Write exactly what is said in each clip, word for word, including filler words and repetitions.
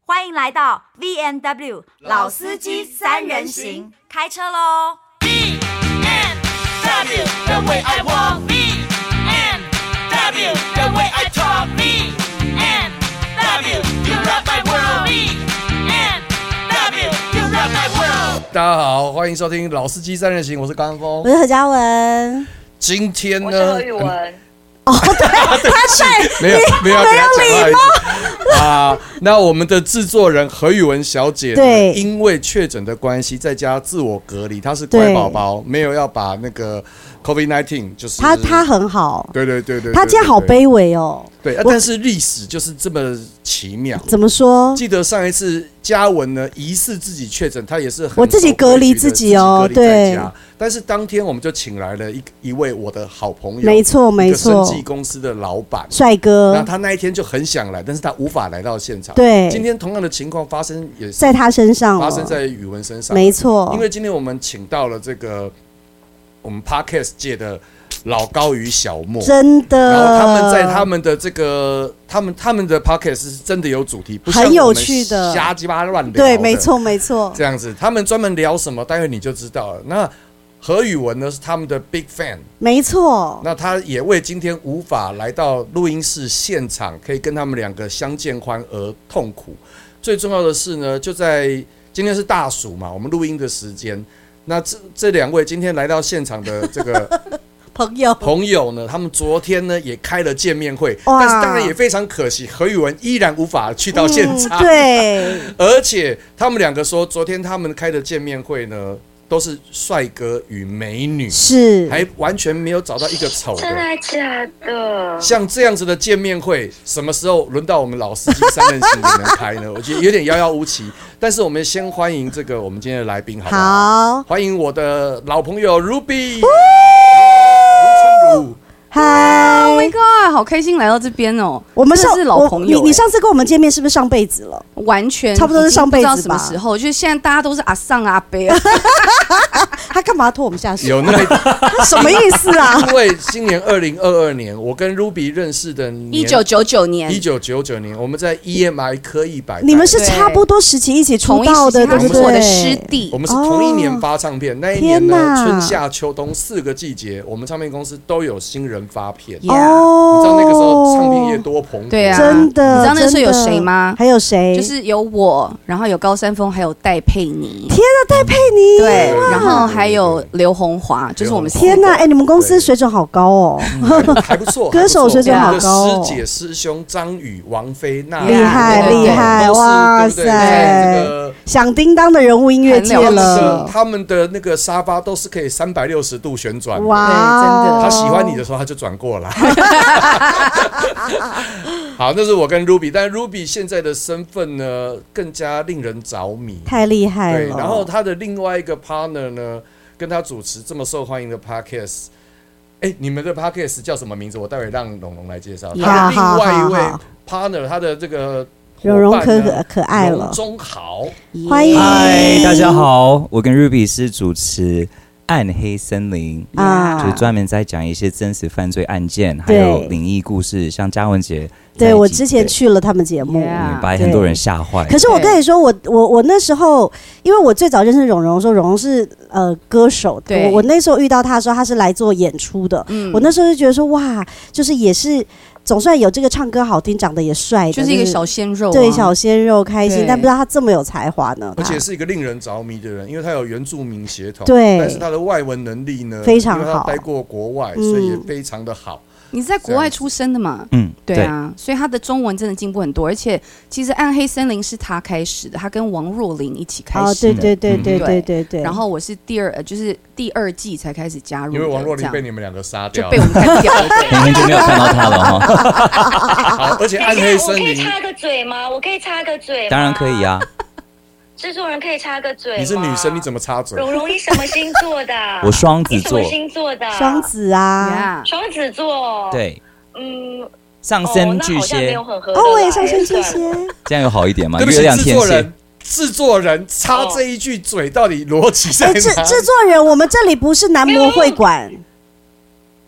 欢迎来到 V N W 老司机三人行，开车喽 ！V N W the way I walk, V N W the way I talk, V N W you rock my world, V N W you rock my world。 大家好，欢迎收听老司机三人行，我是高安峰， 我是何嘉文。 今天呢， 我是何宇文。嗯哦，对，他对， 没有没有要给他讲话的意思啊。那我们的制作人何宇文小姐呢，因为确诊的关系，在家自我隔离，她是乖宝宝，没有要把那个 COVID 十九 就是她她很好， 对对对对， 她今天好卑微哦。 对，啊、但是历史就是这么奇妙。 怎么说？ 记得上一次嘉文呢，疑似自己确诊，他也是很我自己隔离自己哦，对。 但是当天我们就请来了一一位我的好朋友， 没错没错， 生技公司的老板帅哥。 那他那一天就很想来，但是他无法来到现场。 对， 今天同样的情况发生也是在他身上， 发生在宇文身上， 没错。 因为今天我们请到了这个我们 Podcast 界的老高与小莫， 真的。 然后他们在他们的这个，他们他们的 podcast 是真的有主题，不像很有趣的， 瞎鸡巴乱聊。 对，没错没错。 这样子，他们专门聊什么，待会你就知道了。那何宇文呢是他们的 big fan， 没错。 那他也为今天无法来到录音室现场，可以跟他们两个相见欢而痛苦。最重要的是呢，就在今天是大暑嘛，我们录音的时间，那这这两位今天来到现场的这个。 朋友朋友呢，他们昨天呢也开了见面会，但是当然也非常可惜，何宇文依然无法去到现场。 嗯、对， 而且他们两个说，昨天他们开的见面会呢，都是帅哥与美女， 是还完全没有找到一个丑的。 真的假的？ 像这样子的见面会，什么时候轮到我们老司机三人行也能开呢？我觉得有点遥遥无期。但是我们先欢迎这个我们今天的来宾，好不好？好，欢迎我的老朋友 Ruby。 嗨 ，Oh my god， 好开心来到这边哦！ 我们是老朋友、欸。 你你上次跟我们见面是不是上辈子了？ 完全差不多是上辈子吧。 不知道什么时候？就是现在大家都是阿桑阿伯啊。 他干嘛拖我们下水？ 有那个什么意思啊？ 因为今年二零二二年，我跟 Ruby 认识的年一九九九年， 一九九九年，我们在 E M I 科一百， 你们是差不多时期一起出道的，对不对？ 我的师弟， 我们是同一年发唱片，那一年呢，春夏秋冬四个季节，我们唱片公司都有新人发片。 哦， 你知道那个时候唱片业多蓬勃， 对啊， 真的。 你知道那时候有谁吗？ 还有谁？ 就是有我，然后有高山峰，还有戴佩妮。 天啊，戴佩妮！ 对，然后还有刘洪华，就是我们。 天哪，哎，你们公司水准好高哦， 还不错， 歌手水准好高。 师姐师兄张宇、王菲，那厉害厉害，哇塞！响叮当的人物音乐界了。 他们的那个沙发都是可以三百六十度旋转， 哇， 真的。 他喜欢你的时候，他就转过来。好，那是我跟 Ruby， 但 Ruby 现在的身份呢，更加令人着迷， 太厉害了。 对，然后他的另外一个 partner 呢，跟他主持这么受欢迎的 podcast， 哎，你们的 podcast 叫什么名字？我待会让蓉蓉来介绍。他的另外一位 partner， 他的这个蓉蓉可可爱了， 蓉中豪， 欢迎。 嗨，大家好，我跟 Ruby 是主持。暗黑森林啊，就是专门在讲一些真实犯罪案件，还有灵异故事，像嘉文姐。 对，我之前去了他们节目， 嗯，把很多人吓坏。 可是我跟你说，我我我那时候，因为我最早认识蓉蓉的时候，蓉蓉是呃歌手，我我那时候遇到她的时候，她是来做演出的。嗯，我那时候就觉得说，哇，就是也是。总算有这个唱歌好听、长得也帅的， 就是一个小鲜肉、啊， 对，小鲜肉开心，但不知道他这么有才华呢。 而且是一个令人着迷的人，因为他有原住民血统， 对， 但是他的外文能力呢非常好， 因为他待过国外，嗯、所以也非常的好。 你是在国外出生的嘛？ 嗯， 对啊，所以他的中文真的进步很多。而且其实暗黑森林是他开始的，他跟王若琳一起开始的。 哦，对对对对对对对。 然后我是第二，就是第二季才开始加入， 因为王若琳被你们两个杀掉了， 就被我们干掉了， 你们就没有看到他了哈。好，而且暗黑森林， 我可以插个嘴吗？我可以插个嘴吗？ 当然可以啊。 制作人可以插个嘴吗？ 你是女生，你怎么插嘴？ 蓉蓉，你什么星座的？ 我双子座。 你什么星座的？ 双子啊， 双子座。 对。 嗯， 上升巨蟹。 哦， 我也上升巨蟹。 这样有好一点吗？ 对不起， 月亮天蝎。 制作人插这一句嘴，到底逻辑在哪？ 制制作人，我们这里不是男模会馆。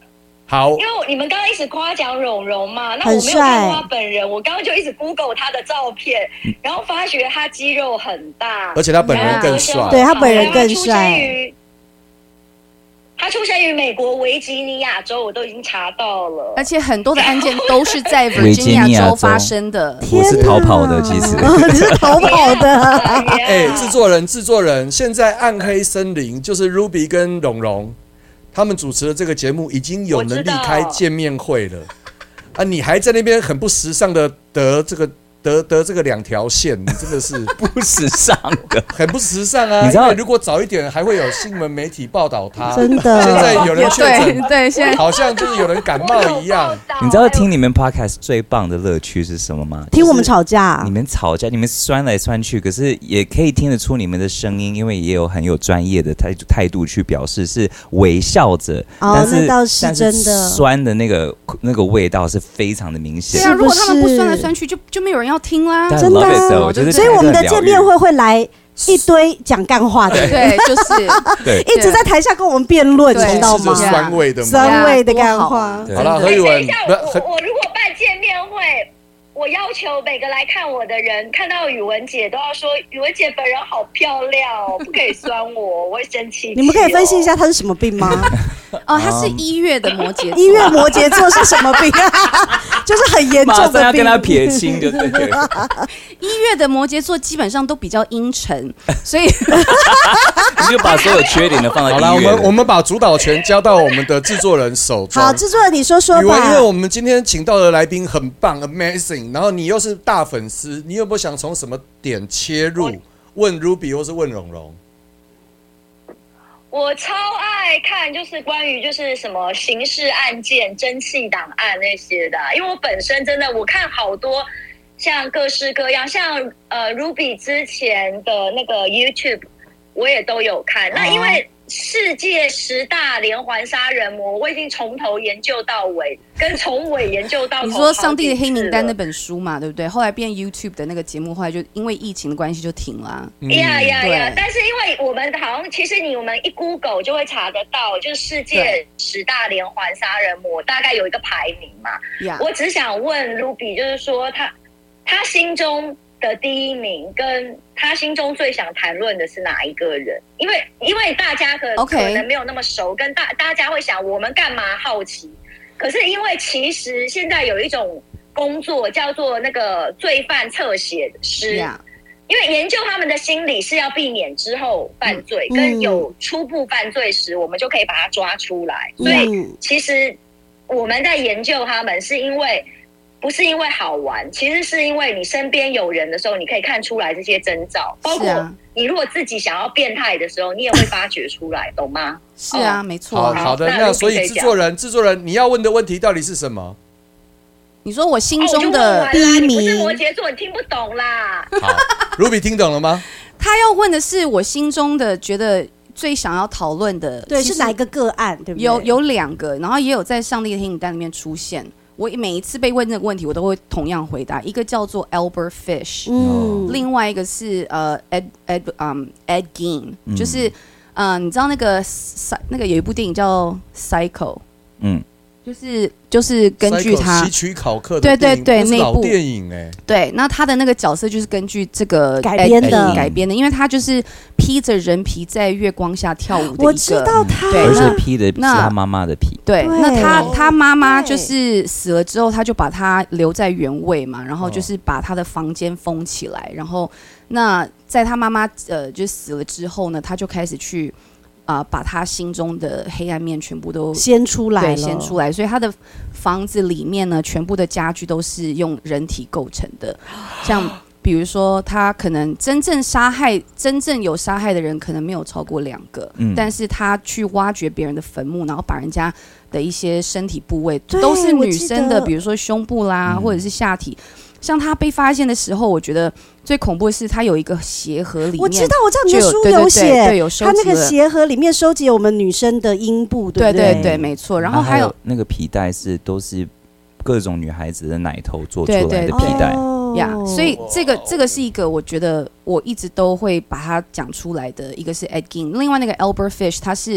好， 因为你们刚刚一直夸奖蓉蓉嘛，那我没有看过他本人，我刚刚就一直 Google 他的照片，然后发觉他肌肉很大， 而且他本人更帅， 对他本人更帅。 他出生于美国维吉尼亚州，我都已经查到了， 而且很多的案件都是在 Virginia 州发生的。 我是逃跑的，其实你是逃跑的。 哎，制作人，制作人，现在暗黑森林就是 Ruby 跟蓉蓉他们主持的这个节目已经有能力开见面会了啊！你还在那边很不时尚的得这个。得得这个两条线，你真的是不时尚的， 很不时尚啊！ 你知道， 如果早一点，还会有新闻媒体报道他。 真的， 现在有人确诊， 对，现在好像就是有人感冒一样。 你知道听你们 podcast 最棒的乐趣是什么吗？ 听我们吵架， 你们吵架，你们酸来酸去，可是也可以听得出你们的声音，因为也有很有专业的态态度去表示，是微笑着， 哦、 但是那倒是真的， 酸的那个那个味道是非常的明显。 对啊，如果他们不酸来酸去，就就没有人要听啦。 真的、啊， 我觉得所以我们的见面会会来一堆讲干话的， 对，就是对， 一直在台下跟我们辩论，你知道吗？ 酸味的， 酸味的干话。 好了，何宇文， 等一下，我我如果办见面会，我要求每个来看我的人看到宇文姐都要说，宇文姐本人好漂亮哦，不可以酸我，我会生气、哦。 你们可以分析一下她是什么病吗？ 哦，她是一月的摩羯座。 一月摩羯座是什么病啊？就是很严重的病，马上要跟他撇清就对了。 一月的摩羯座基本上都比较阴沉，所以你就把所有缺点都放到一月。 好了，我们我们把主导权交到我们的制作人手中。 好，制作人你说说吧。 因为我们今天请到的来宾很棒 ，amazing， 然后你又是大粉丝，你有没有想从什么点切入问 Ruby 或是问蓉蓉？ 我超爱看，就是关于就是什么刑事案件、侦缉档案那些的，因为我本身真的我看好多像各式各样，像呃 Ruby 之前的那个 YouTube 我也都有看。那因为世界十大连环杀人魔，我已经从头研究到尾，跟从尾研究到头。 你说《上帝的黑名单》那本书嘛，对不对？后来变 YouTube 的那个节目，后来就因为疫情的关系就停了。 呀呀呀！但是因为我们好像其实你我们一 Google 就会查得到，就是世界十大连环杀人魔大概有一个排名嘛。 Yeah. 我只想问 Ruby， 就是说他他心中的第一名跟他心中最想谈论的是哪一个人？因为因为大家可能、okay. 可能没有那么熟，跟大大家会想我们干嘛好奇？可是因为其实现在有一种工作叫做那个罪犯侧写师， yeah. 因为研究他们的心理是要避免之后犯罪，嗯、跟有初步犯罪时我们就可以把他抓出来。嗯、所以其实我们在研究他们是因为。不是因为好玩，其实是因为你身边有人的时候，你可以看出来这些征兆，包括你如果自己想要变态的时候，你也会发觉出来，懂吗？ 是啊，哦、没错。 好好的，那所以制作人，制作人，你要问的问题到底是什么？ 你说我心中的第一名， 你不是摩羯座，你听不懂啦。 好 ，Ruby 听懂了吗？ 他要问的是我心中的觉得最想要讨论的， 对，是哪一个个案？对不对？ 有有两个，然后也有在上帝的黑名单里面出现。我每一次被问这个问题，我都会同样回答。一个叫做 Albert Fish， 嗯，另外一个是呃 Ed Ed um Ed Gein，、嗯、就是嗯、呃，你知道那个那个有一部电影叫 Psycho， 嗯，就是就是根据他希区考克的对对对那部电影哎、欸， 对，那他的那个角色就是根据这个改编的改编的，因为他就是披着人皮在月光下跳舞的一个， 我知道他， 对， 而且披的是他妈妈的皮， 对，那他他妈妈就是死了之后，他就把他留在原位嘛，然后就是把他的房间封起来，然后那在他妈妈呃就死了之后呢，他就开始去。啊、呃，把他心中的黑暗面全部都掀出来了， 对，掀出来。所以他的房子里面呢，全部的家具都是用人体构成的，像比如说，他可能真正杀害、真正有杀害的人可能没有超过两个，嗯，但是他去挖掘别人的坟墓，然后把人家的一些身体部位都是女生的，比如说胸部啦，嗯、或者是下体。像他被发现的时候，我觉得最恐怖的是他有一个鞋盒里面， 我知道，我知道你的书有写， 对对对，有收集了他那个鞋盒里面收集我们女生的阴部，对不对？ 对对对，没错。然后还有那个皮带是都是各种女孩子的奶头做出来的皮带呀，所以这个这个是一个我觉得我一直都会把它讲出来的，一个是 Ed Gein， 另外那个 Albert Fish， 他是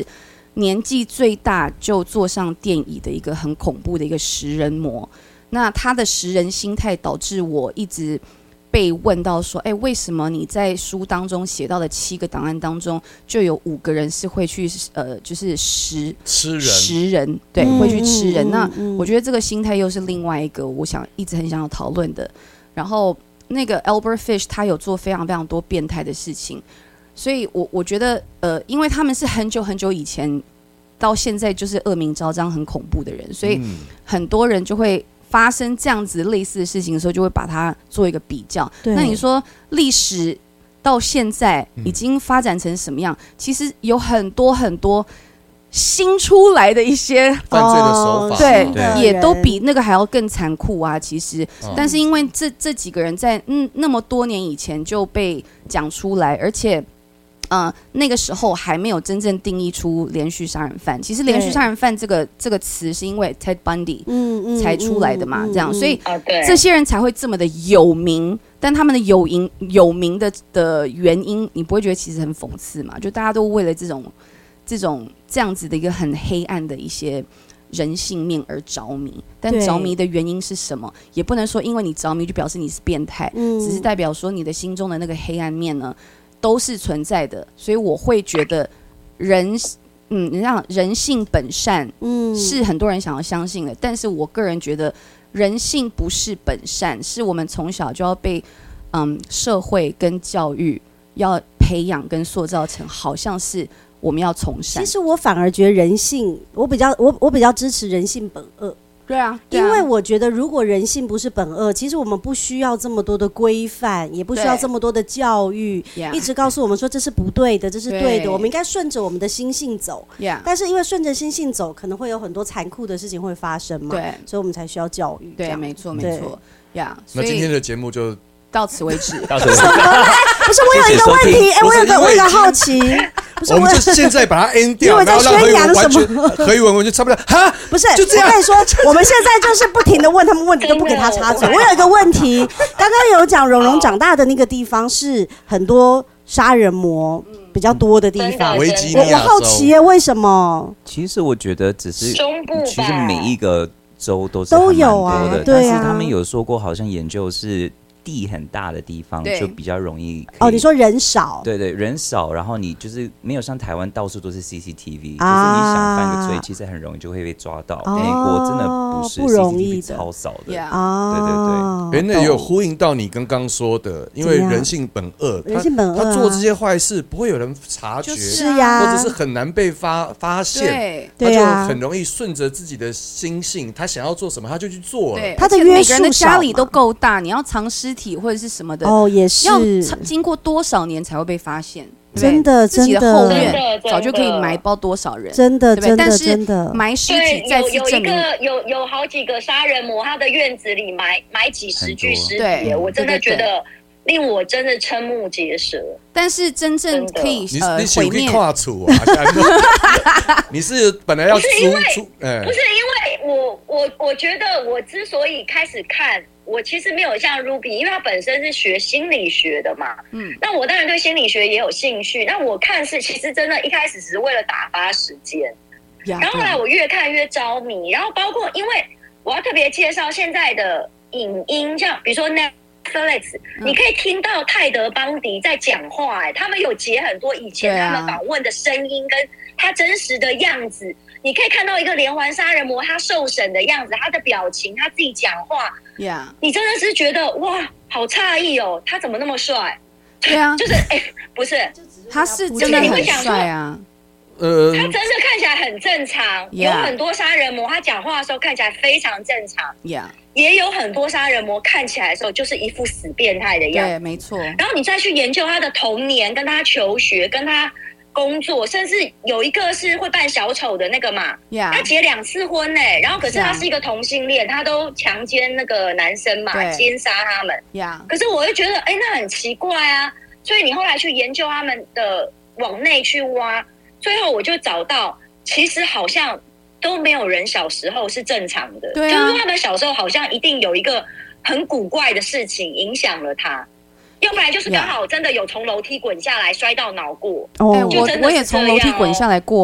年纪最大就坐上电椅的一个很恐怖的一个食人魔。那他的食人心态导致我一直被问到说，哎，为什么你在书当中写到的七个档案当中，就有五个人是会去呃，就是食吃人食人，对， 嗯会去吃人。 嗯那嗯我觉得这个心态又是另外一个我想一直很想要讨论的。然后那个 Albert Fish 他有做非常非常多变态的事情，所以我我觉得呃，因为他们是很久很久以前到现在就是恶名昭彰、很恐怖的人，所以嗯很多人就会发生这样子类似的事情的时候，就会把它做一个比较。 对那你说历史到现在已经发展成什么样？其实有很多很多新出来的一些犯罪的手法， 哦对对也都比那个还要更残酷啊！其实， 嗯但是因为这这几个人在嗯那么多年以前就被讲出来，而且。呃，那个时候还没有真正定义出连续杀人犯。其实“连续杀人犯”这个这个词是因为 Ted Bundy 嗯嗯才出来的嘛， 嗯这样，所以啊，对， 这些人才会这么的有名。但他们的有名有名的的原因，你不会觉得其实很讽刺嘛？就大家都为了这种这种这样子的一个很黑暗的一些人性面而着迷。但对着迷的原因是什么？也不能说因为你着迷就表示你是变态， 嗯只是代表说你的心中的那个黑暗面呢都是存在的。所以我会觉得人。嗯，你让人性本善， 嗯是很多人想要相信的，但是我个人觉得人性不是本善，是我们从小就要被嗯社会跟教育要培养跟塑造成好像是我们要从善。 其实我反而觉得人性，我比较我我比较支持人性本恶。 对啊，对啊因为我觉得，如果人性不是本恶，其实我们不需要这么多的规范，也不需要对这么多的教育， Yeah 一直告诉我们说这是不对的，这是对的， 对我们应该顺着我们的心性走。 Yeah 但是因为顺着心性走，可能会有很多残酷的事情会发生嘛， 对所以我们才需要教育。这对， 样没错对没错呀。所以那今天的节目就到此为止。 到时候不是我有一个问题，哎、我有个我有个好奇，不是我们有就现在把它 end 掉， 因为在然后让何宇宣扬文完什全何宇文完全插不了哈， 不是， 就这样我跟你说，我们现在就是不停的问他们问题，都不给他插嘴。我有一个问题，刚刚有讲蓉蓉长大的那个地方是很多杀人魔比较多的地方， 真的维吉我我尼亚州好奇耶，为什么？ 其实我觉得只是中部吧其实每一个州都是都还蛮有啊多的， 对啊但是他们有说过，好像研究是地很大的地方对就比较容易可以哦，你说人少， 对对，人少，然后你就是没有像台湾到处都是 C C T V，、 啊就是你想犯个罪，其实很容易就会被抓到。 哦美国真的不是不容易 C C T V 的超少的。 Yeah 啊， 哎，那也有懂呼应到你刚刚说的，因为怎么样人性本恶，他人性本恶啊他做这些坏事不会有人察觉， 就是是呀， 或者是很难被发发现， 对他就对啊很容易顺着自己的心性，他想要做什么他就去做了。 对， 他的而且每约束个人的家少嘛里都够大，你要藏尸体或者是什么的， 哦，也要是， 藏经过多少年才会被发现？对不对真的自己的真的后院真的真的早就可以埋包多少人， 真的真的对不对但是真的， 埋尸对体，再有有一次证明。 个有有好几个杀人魔，他的院子里埋埋几十具尸体对耶，我真的对对觉得令我真的瞠目结舌。 但是真正可以你呃你想可以毁灭， 跨处啊？现在你是本来要不是因为租租，哎不是因为我我我觉得我之所以开始看，我其实没有像 Ruby，因为他本身是学心理学的嘛， 嗯， 那我当然对心理学也有兴趣。那我看是其实真的一开始只是为了打发时间， 呀然后后来我越看越着迷，然后包括因为我要特别介绍现在的影音，像比如说 Netflix，、 嗯你可以听到泰德邦迪在讲话、哎，他们有截很多以前对啊他们访问的声音跟他真实的样子，你可以看到一个连环杀人魔他受审的样子，他的表情，他自己讲话， 呀， 你真的是觉得哇，好诧异哦，他怎么那么帅？ 对啊， 就是哎、不是， 他是真的很帅啊， 呃他真的看起来很正常。 Yeah 有很多杀人魔，他讲话的时候看起来非常正常， 呀， 也有很多杀人魔看起来的时候就是一副死变态的样子。 对，没错， 然后你再去研究他的童年，跟他求学，跟他工作，甚至有一个是会扮小丑的那个嘛， 呀他，结两次婚呢、然后可是是啊他是一个同性恋，他都强奸那个男生嘛， 对奸杀他们。 呀， 可是我会觉得，哎，那很奇怪啊。所以你后来去研究他们的，往内去挖，最后我就找到，其实好像都没有人小时候是正常的， 对啊就是他们小时候好像一定有一个很古怪的事情影响了他，要不然就是刚好真的有从楼梯滚下来摔到脑过。 哦哎，我就真的是我也从楼梯这样哦滚下来过啊，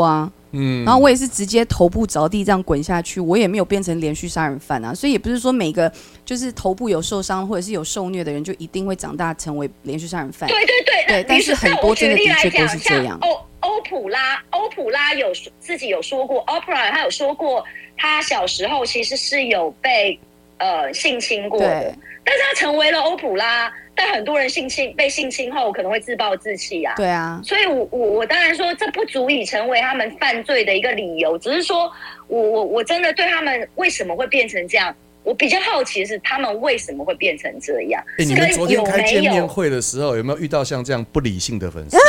嗯，然后我也是直接头部着地这样滚下去，我也没有变成连续杀人犯啊，所以也不是说每个就是头部有受伤或者是有受虐的人就一定会长大成为连续杀人犯。 对对对， 对，但是很多真的的确都是这样。 欧欧普拉，欧普拉有自己有说过 ，Oprah 他有说过，他小时候其实是有被呃性侵过的，但是他成为了欧普拉。但很多人性侵被性侵后可能会自暴自弃啊， 对啊， 所以我我我当然说这不足以成为他们犯罪的一个理由，只是说我我我真的对他们为什么会变成这样，我比较好奇的是他们为什么会变成这样。 哎、欸，你们昨天开见面会的时候有没有遇到像这样不理性的粉丝？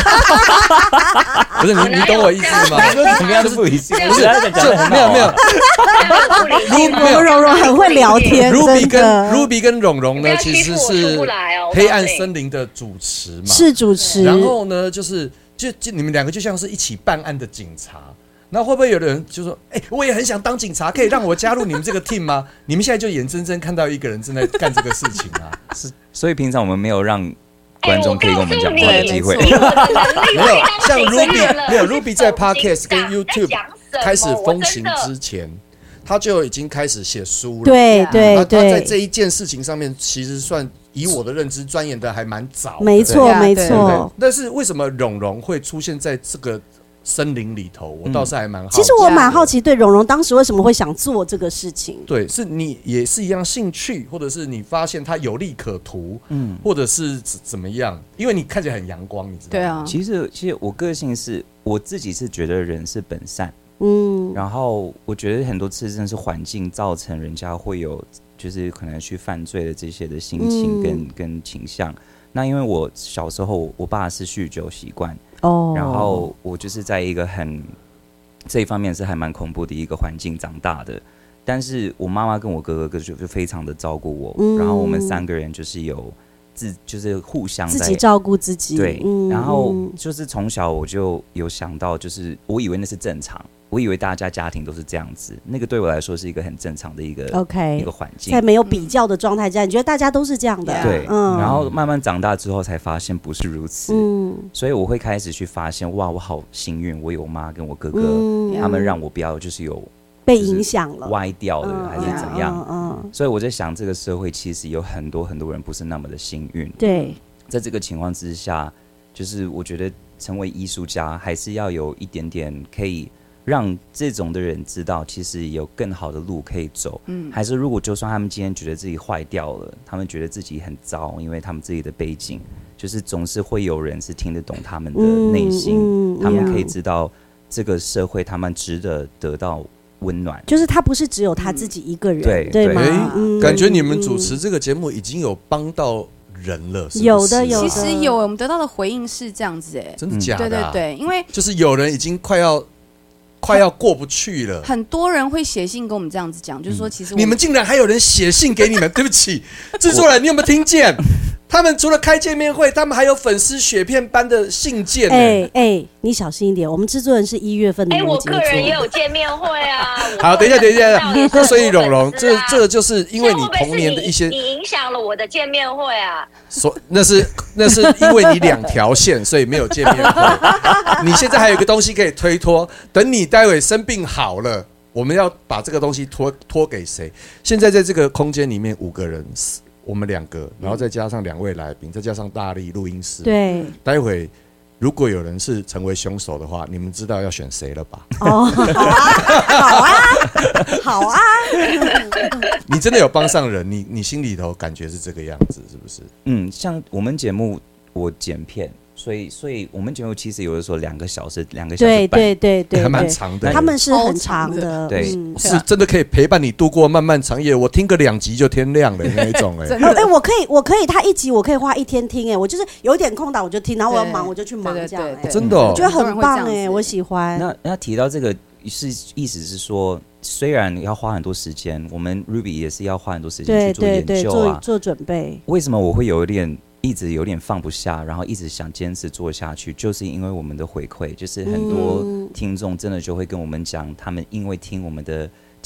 不是你，你懂我意思吗？ 怎么样是不理性？ 不是，就没有没有。 我们蓉蓉很会聊天 ，Ruby 跟 Ruby 跟蓉蓉呢，其实是黑暗森林的主持嘛， 是主持。 然后呢，就是就就你们两个就像是一起办案的警察。那会不会有人就说：“哎、欸，我也很想当警察，可以让我加入你们这个 team 吗？”你们现在就眼睁睁看到一个人正在干这个事情啊！ 是，所以平常我们没有让观众可以跟我们讲话的机会。 没有，像 Ruby 没有 Ruby 在 Podcast 跟 YouTube 开始风行之前，他就已经开始写书了。 对对对， 他在这一件事情上面，其实算以我的认知钻研的还蛮早的。 没错没错。 但是为什么蓉蓉会出现在这个森林里头，我倒是还蛮好奇、 嗯。其实我蛮好奇，对蓉蓉当时为什么会想做这个事情？ 对，是你也是一样兴趣，或者是你发现它有利可图，嗯，或者是怎么样？因为你看起来很阳光，你知道吗？ 对啊。 其实，其实我个性是我自己是觉得人是本善，嗯，然后我觉得很多次真的是环境造成人家会有就是可能去犯罪的这些的心情跟、嗯、跟倾向。那因为我小时候我爸是酗酒习惯。哦，然后我就是在一个很这一方面是还蛮恐怖的一个环境长大的，但是我妈妈跟我哥哥就就非常的照顾我、嗯，然后我们三个人就是有自就是互相在自己照顾自己， 对、嗯，然后就是从小我就有想到，就是我以为那是正常。我以为大家家庭都是这样子，那个对我来说是一个很正常的一个 OK 一个环境， 在没有比较的状态下，你觉得大家都是这样的？ 对，嗯。然后慢慢长大之后才发现不是如此，嗯。所以我会开始去发现，哇，我好幸运，我有我妈跟我哥哥、嗯，他们让我不要就是有被影响了、 歪掉了、嗯、还是怎样？嗯, 嗯。所以我在想，这个社会其实有很多很多人不是那么的幸运。 对， 在这个情况之下，就是我觉得成为艺术家还是要有一点点可以。让这种的人知道，其实有更好的路可以走。嗯，还是如果就算他们今天觉得自己坏掉了，他们觉得自己很糟，因为他们自己的背景，就是总是会有人是听得懂他们的内心、嗯嗯，他们可以知道这个社会他们值得得到温暖。 就是他不是只有他自己一个人，嗯、 对对吗、 欸嗯？感觉你们主持这个节目已经有帮到人了，是不是？ 有的有的， 其实有，我们得到的回应是这样子，哎， 真的假的、啊？ 对对对，因为就是有人已经快要。快要过不去了， 很多人会写信跟我们这样子讲，就是说，其实你们竟然还有人写信给你们，对不起，制作人，你有没有听见？他们除了开见面会，他们还有粉丝雪片般的信件、欸。 哎哎、欸欸，你小心一点，我们制作人是一月份的摩羯座。 哎、欸，我个人也有见面会啊。 好，等一下，等一下，那所以蓉蓉，这这个就是因为你童年的一些， 你影响了我的见面会啊。 所那是那是因为你两条线，所以没有见面会。你现在还有一个东西可以推脱，等你待会生病好了，我们要把这个东西托托给谁？现在在这个空间里面五个人。我们两个，然后再加上两位来宾，再加上大力录音师。 对， 待会如果有人是成为凶手的话，你们知道要选谁了吧？ 哦，好啊，好啊，好啊。 你真的有帮上人，你你心里头感觉是这个样子，是不是？ 嗯，像我们节目我剪片。所以，所以我们节目其实有的时候两个小时、两个小时半， 对对对对， 还蛮长的。 他们是很长的， 对， 嗯、 是真的可以陪伴你度过漫漫长夜。我听个两集就天亮了那一种、欸，哎， 哎、欸，我可以，我可以，他一集我可以花一天听、欸，哎，我就是有一点空档我就听，然后我要忙我就去忙这样、欸， 欸、真的、哦， 我觉得很棒哎、欸，我喜欢。 那那提到这个是意思是说，虽然要花很多时间，我们 Ruby 也是要花很多时间去做研究啊， 对对对做，做准备。 为什么我会有一点？一直有点放不下，然后一直想坚持做下去，就是因为我们的回馈，就是很多听众真的就会跟我们讲，他们因为听我们的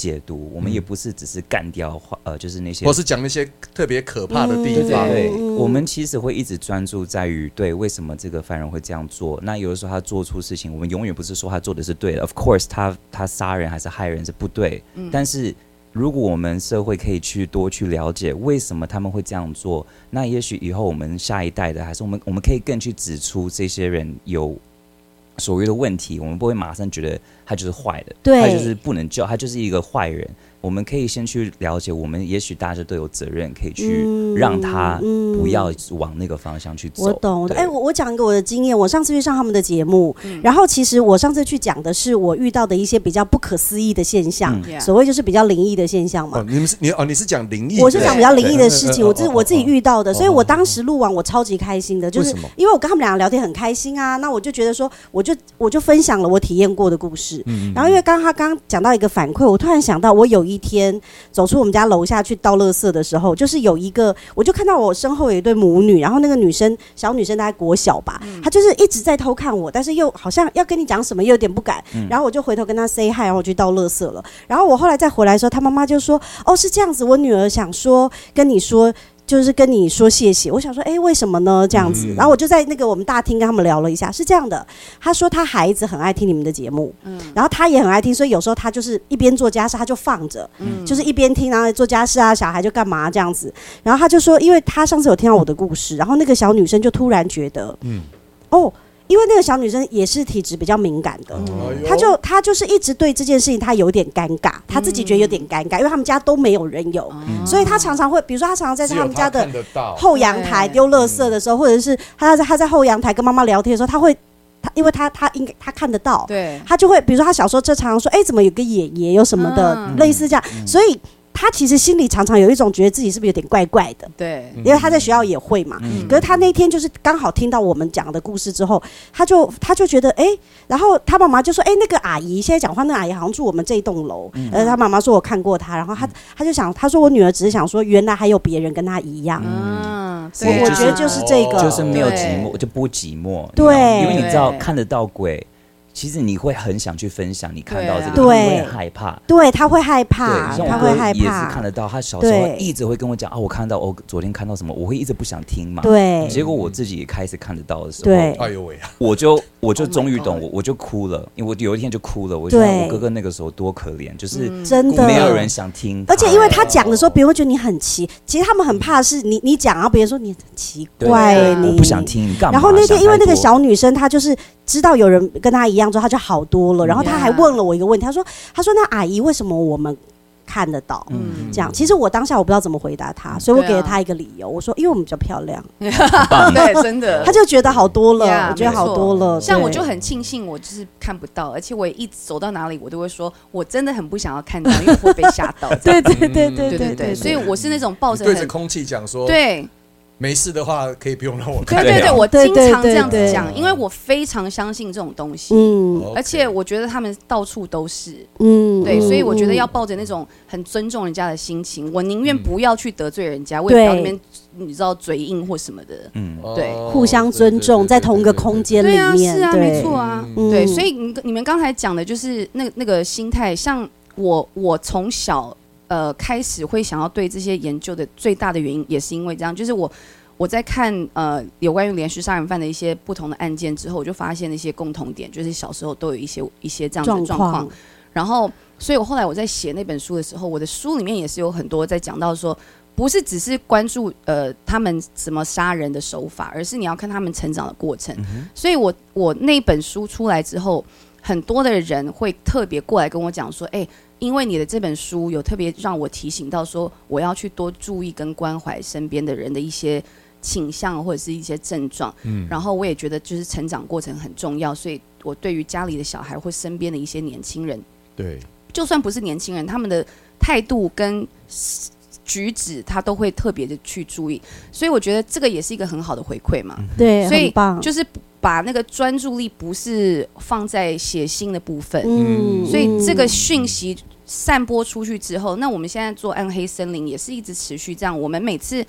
解读，我们也不是只是干掉呃，就是那些， 或是讲那些特别可怕的地方。 对对对，我们其实会一直专注在于对为什么这个犯人会这样做。那有的时候他做出事情，我们永远不是说他做的是对的 ，of course 他他杀人还是害人是不对，嗯、但是。如果我们社会可以去多去了解为什么他们会这样做，那也许以后我们下一代的，还是我们我们可以更去指出这些人有所谓的问题，我们不会马上觉得他就是坏的， 对， 他就是不能救，他就是一个坏人。我们可以先去了解，我们也许大家都有责任，可以去让他不要往那个方向去走。 我懂，哎、欸，我我讲一个我的经验，我上次去上他们的节目，嗯、然后其实我上次去讲的是我遇到的一些比较不可思议的现象，嗯、所谓就是比较灵异的现象嘛。 哦，你们是你哦，你是讲灵异， 我是讲比较灵异的事情，我自我自己遇到的，所以我当时录完我超级开心的，就是因为我跟他们两个聊天很开心啊，那我就觉得说，我就我就分享了我体验过的故事，嗯、然后因为刚刚他刚刚讲到一个反馈，我突然想到，我有一天。走出我们家楼下去倒垃圾的时候，就是有一个，我就看到我身后有一对母女，然后那个女生小女生大概国小吧，嗯、她就是一直在偷看我，但是又好像要跟你讲什么，又有点不敢。嗯、然后我就回头跟她 say hi， 然后我去倒垃圾了。然后我后来再回来的时候，她妈妈就说：“哦，是这样子，我女儿想说跟你说。”就是跟你说谢谢，我想说，哎、欸，为什么呢？这样子，嗯、然后我就在那个我们大厅跟他们聊了一下，是这样的，他说他孩子很爱听你们的节目，嗯，然后他也很爱听，所以有时候他就是一边做家事，他就放着，嗯，就是一边听，然后做家事啊，小孩就干嘛这样子，然后他就说，因为他上次有听到我的故事，然后那个小女生就突然觉得，嗯，哦。因为那个小女生也是体质比较敏感的，她、嗯、就她就是一直对这件事情她有点尴尬，她自己觉得有点尴尬，因为他们家都没有人有，嗯、所以她常常会，比如说她常常在他们家的后阳台丢垃圾的时候，或者是她在她在后阳台跟妈妈聊天的时候，她会。他因为他他应该他看得到，对，他就会比如说他小时候就常常说，哎、欸，怎么有个爷爷有什么的，嗯、类似这样，嗯、所以。他其实心里常常有一种觉得自己是不是有点怪怪的，对，因为他在学校也会嘛。嗯、可是他那天就是刚好听到我们讲的故事之后，他就他就觉得哎、欸，然后他妈妈就说哎、欸，那个阿姨现在讲话，那个阿姨好像住我们这一栋楼。嗯、呃，他妈妈说我看过她，然后他他就想，他说我女儿只是想说，原来还有别人跟她一样。嗯，我我觉得就是这个， 就是没有寂寞，就不寂寞。对，因为你知道看得到鬼。其实你会很想去分享你看到这个，对、啊，你会害怕， 对，他会害怕，他会害怕， 也是看得到。他小时候一直会跟我讲啊，我看到，我昨天看到什么，我会一直不想听嘛。对，结果我自己也开始看得到的时候，对，哎呦喂，我就我就终于懂，我我就哭了，因为我有一天就哭了。我觉得我哥哥那个时候多可怜，就是真的没有人想听， 而且因为他讲的时候，别人会觉得你很奇，其实他们很怕是你你讲，然后别人说你很奇怪，你我不想听，你干嘛？ 然后那天因为那个小女生她就是知道有人跟她一样之后，她就好多。然后他还问了我一个问题，他说：“他说那阿姨为什么我们看得到？嗯，这样其实我当下我不知道怎么回答他，所以我给了他一个理由，我说因为我们比较漂亮。 对，真的， 他就觉得好多了， yeah, 我觉得好多了。 像我就很庆幸我就是看不到，而且我也一直走到哪里我都会说，我真的很不想要看到，因为我会被吓到。 对对对对对对对，所以我是那种抱着对着空气讲说对。” 没事的话，可以不用让我看。 对对对，我经常这样子讲，因为我非常相信这种东西，嗯，而且我觉得他们到处都是，嗯，对，所以我觉得要抱着那种很尊重人家的心情，我宁愿不要去得罪人家，我也不要那边你知道嘴硬或什么的，嗯，对， 互相尊重，在同一个空间里面， 对啊，是啊，没错啊，对，所以你你们刚才讲的就是那那个心态，像我我从小。呃，开始会想要对这些研究的最大的原因，也是因为这样，就是我我在看呃有关于连续杀人犯的一些不同的案件之后，我就发现那些共同点，就是小时候都有一些一些这样的状况。然后，所以我后来我在写那本书的时候，我的书里面也是有很多在讲到说，不是只是关注呃他们怎么杀人的手法，而是你要看他们成长的过程。嗯、所以我我那本书出来之后，很多的人会特别过来跟我讲说，哎、欸。因为你的这本书有特别让我提醒到说，我要去多注意跟关怀身边的人的一些倾向或者是一些症状。嗯，然后我也觉得就是成长过程很重要，所以我对于家里的小孩或身边的一些年轻人，对，就算不是年轻人，他们的态度跟举止，他都会特别的去注意。所以我觉得这个也是一个很好的回馈嘛。 对， 所以很棒， 就是。把那个专注力不是放在写信的部分，嗯，所以这个讯息散播出去之后，那我们现在做暗黑森林也是一直持续这样。我们每次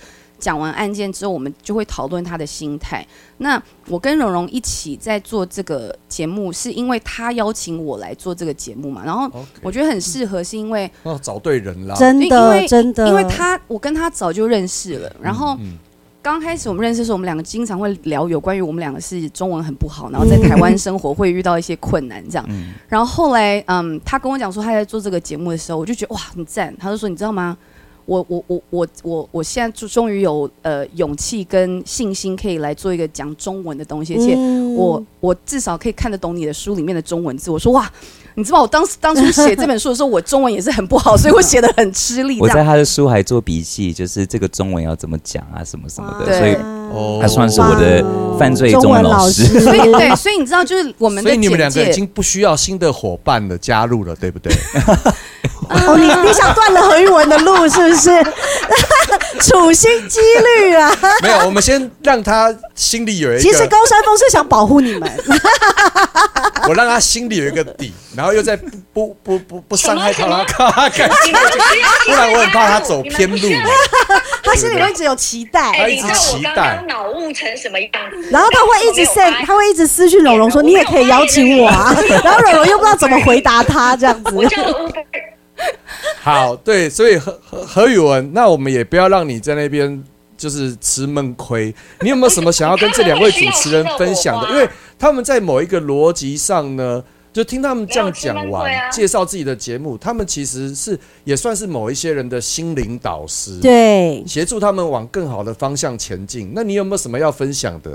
讲完案件之后，我们就会讨论他的心态。那我跟蓉蓉一起在做这个节目，是因为他邀请我来做这个节目嘛，然后我觉得很适合，是因为哦找对人啦， 真的真的， 因为他我跟他早就认识了，然后。嗯嗯刚开始我们认识的时候，我们两个经常会聊有关于我们两个是中文很不好，然后在台湾生活会遇到一些困难这样。嗯、然后后来，嗯，他跟我讲说他在做这个节目的时候，我就觉得哇很赞。他就说你知道吗？我我我我我我现在终于有呃勇气跟信心可以来做一个讲中文的东西，而且我我至少可以看得懂你的书里面的中文字。我说哇。你知道我当时当初写这本书的时候，我中文也是很不好，所以我写得很吃力。 我在他的书还做笔记，就是这个中文要怎么讲啊，什么什么的，所以他算是我的犯罪中文老师。 所以对，所以你知道，就是我们的所以你们两个已经不需要新的伙伴了，加入了，对不对？ 哦，你你想断了何玉文的路是不是？处心积虑啊！ 没有，我们先让他心里有一个。 其实高山峰是想保护你们， 我让他心里有一个底，然后又在不不不不不伤害他，他感兴趣，不然我很怕他走偏路。 他心里会一直有期待， 他一直期待。 我刚刚脑雾成什么样子？ 然后他会一直 send， 他会一直私讯蓉蓉说：“你也可以邀请我啊。”然后蓉蓉又不知道怎么回答他，这样子。 我叫了 Uber。 好，对，所以何何何宇文，那我们也不要让你在那边就是吃闷亏。你有没有什么想要跟这两位主持人分享的？因为他们在某一个逻辑上呢，就听他们这样讲完，啊、介绍自己的节目，他们其实是也算是某一些人的心灵导师， 对， 协助他们往更好的方向前进。那你有没有什么要分享的？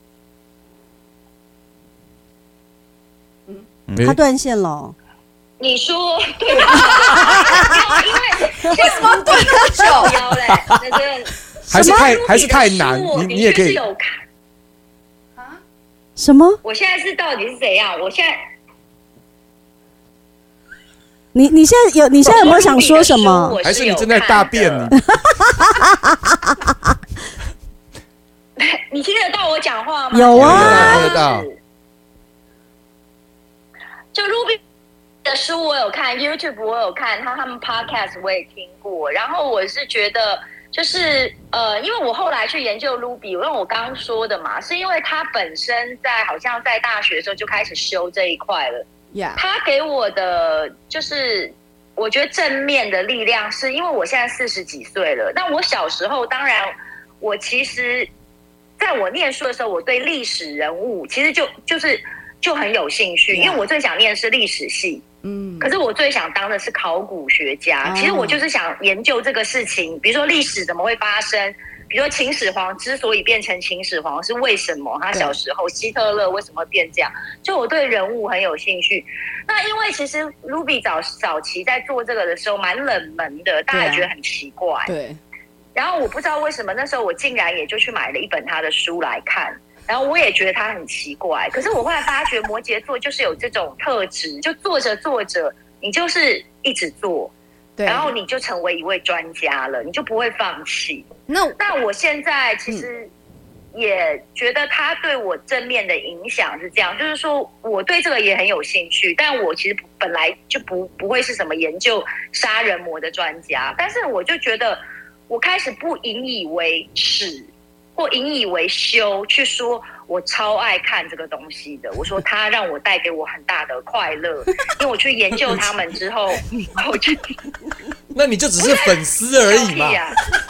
嗯，他断线了。 你说对吧？因为为什么对那么久？腰嘞，那个还是太还是太难，你你也可以有看啊？什么？ 我现在是到底是怎样？我现在， 你你现在有你现在有没有想说什么？ 还是你正在大便？ 你听得到我讲话吗？ 有啊， 听得到。 就 Ruby。的书我有看 ，YouTube 我有看，他他们 Podcast 我也听过。然后我是觉得，就是呃，因为我后来去研究 Ruby， 因为我刚刚说的嘛，是因为他本身在好像在大学的时候就开始修这一块了。 Yeah. 他给我的就是我觉得正面的力量，是因为我现在四十几岁了。那我小时候，当然我其实在我念书的时候，我对历史人物其实就就是就很有兴趣， yeah. 因为我最想念的是历史系。嗯，可是我最想当的是考古学家。其实我就是想研究这个事情，比如说历史怎么会发生，比如说秦始皇之所以变成秦始皇是为什么，他小时候希特勒为什么变这样，就我对人物很有兴趣。那因为其实 Ruby 早早期在做这个的时候蛮冷门的，大家也觉得很奇怪。 对。 然后我不知道为什么那时候我竟然也就去买了一本他的书来看。然后我也觉得他很奇怪，可是我后来发觉摩羯座就是有这种特质，就做着做着，你就是一直做，对，然后你就成为一位专家了，你就不会放弃。那那我现在其实也觉得他对我正面的影响是这样，就是说我对这个也很有兴趣，但我其实本来就不不会是什么研究杀人魔的专家，但是我就觉得我开始不引以为耻。或引以为羞去说我超爱看这个东西的，我说它让我带给我很大的快乐，因为我去研究他们之后，我就那你就只是粉丝而已嘛，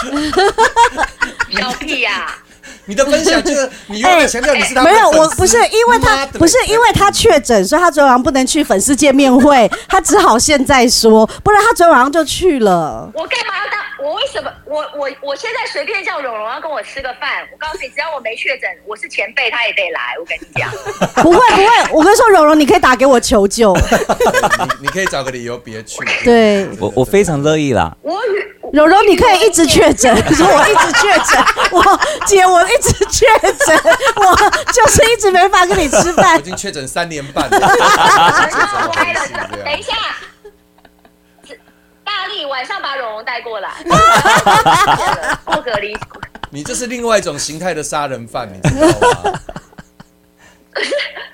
小屁呀、啊！ 你的分享就是你永远强调你是他没有，我不是因为他不是因为他确诊，所以他昨天晚上不能去粉丝见面会，他只好现在说，不然他昨天晚上就去了。 我干嘛要当？我为什么？我我我现在随便叫蓉蓉要跟我吃个饭，我告诉你，只要我没确诊，我是前辈，他也得来。我跟你讲， 不会不会，我跟你说，蓉蓉，你可以打给我求救， 你你可以找个理由别去。 对， 我我非常乐意啦。 我蓉蓉，你可以一直确诊，说我一直确诊，我姐我一直确诊，我就是一直没法跟你吃饭。 我已经确诊三年半了。 等一下，大力晚上把蓉蓉带过来，过隔离。 你这是另外一种形态的杀人犯，你知道吗？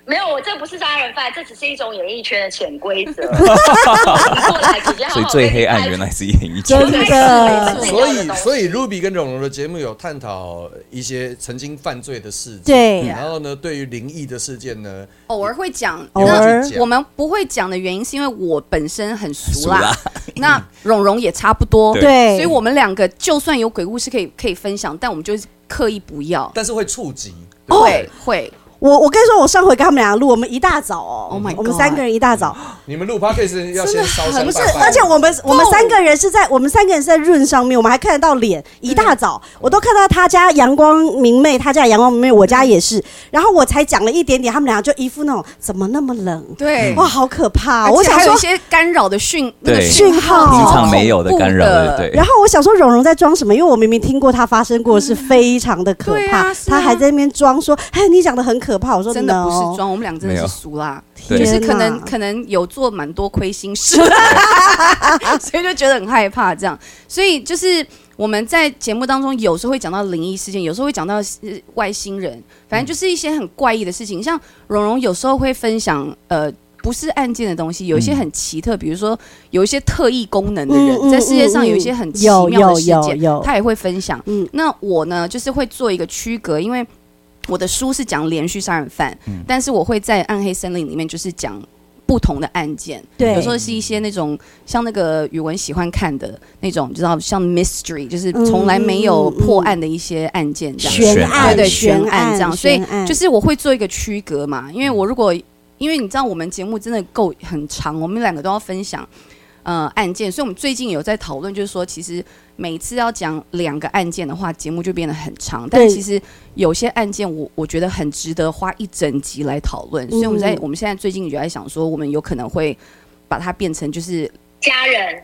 没有，我这不是杀人犯，这只是一种演艺圈的潜规则。过来直接好好所以最黑暗原来是演艺圈， 真的。 所以，所以 Ruby 跟蓉蓉的节目有探讨一些曾经犯罪的事件， 对。 然后呢，对于灵异的事件呢， 偶尔会讲， 偶尔我们不会讲的原因是因为我本身很俗辣，那蓉蓉也差不多， 对， 所以我们两个就算有鬼故事可以可以分享，但我们就是刻意不要， 但是会触及， 会会。 我我跟你说，我上回跟他们俩录，我们一大早哦 ，Oh my God， 我们三个人一大早， 你们录 podcast 要先烧香拜拜， 不是，而且我们我们三个人是在我们三个人是在润上面，我们还看得到脸，一大早我都看到他家阳光明媚，他家阳光明媚，我家也是，然后我才讲了一点点，他们俩就一副那种怎么那么冷， 对， 哇，好可怕， 我想还有一些干扰的讯那个讯号， 平常没有的干扰，对。 然后我想说蓉蓉在装什么，因为我明明听过他发生过的事，非常的可怕，他还在那边装说，哎，你讲的很可怕，我说真的不。是装，我们俩真的是俗啦， 就是可能可能有做蛮多亏心事，所以就觉得很害怕这样。所以就是我们在节目当中有时候会讲到灵异事件，有时候会讲到外星人，反正就是一些很怪异的事情。像蓉蓉有时候会分享呃。不是案件的东西，有一些很奇特，嗯、比如说有一些特异功能的人，嗯、在世界上有一些很奇妙的事件，他也会分享。嗯、那我呢，就是会做一个区隔，因为我的书是讲连续杀人犯，嗯、但是我会在暗黑森林里面就是讲不同的案件，对，有时候是一些那种像那个语文喜欢看的那种，你知道像 mystery， 就是从来没有破案的一些案件这样， 悬案， 对对，悬案这样，所以就是我会做一个区隔嘛，因为我如果因为你知道我们节目真的够很长，我们两个都要分享呃案件，所以我们最近有在讨论，就是说其实每次要讲两个案件的话，节目就变得很长。但其实有些案件我我觉得很值得花一整集来讨论，所以我们在我们现在最近就在想说，我们有可能会把它变成就是家人。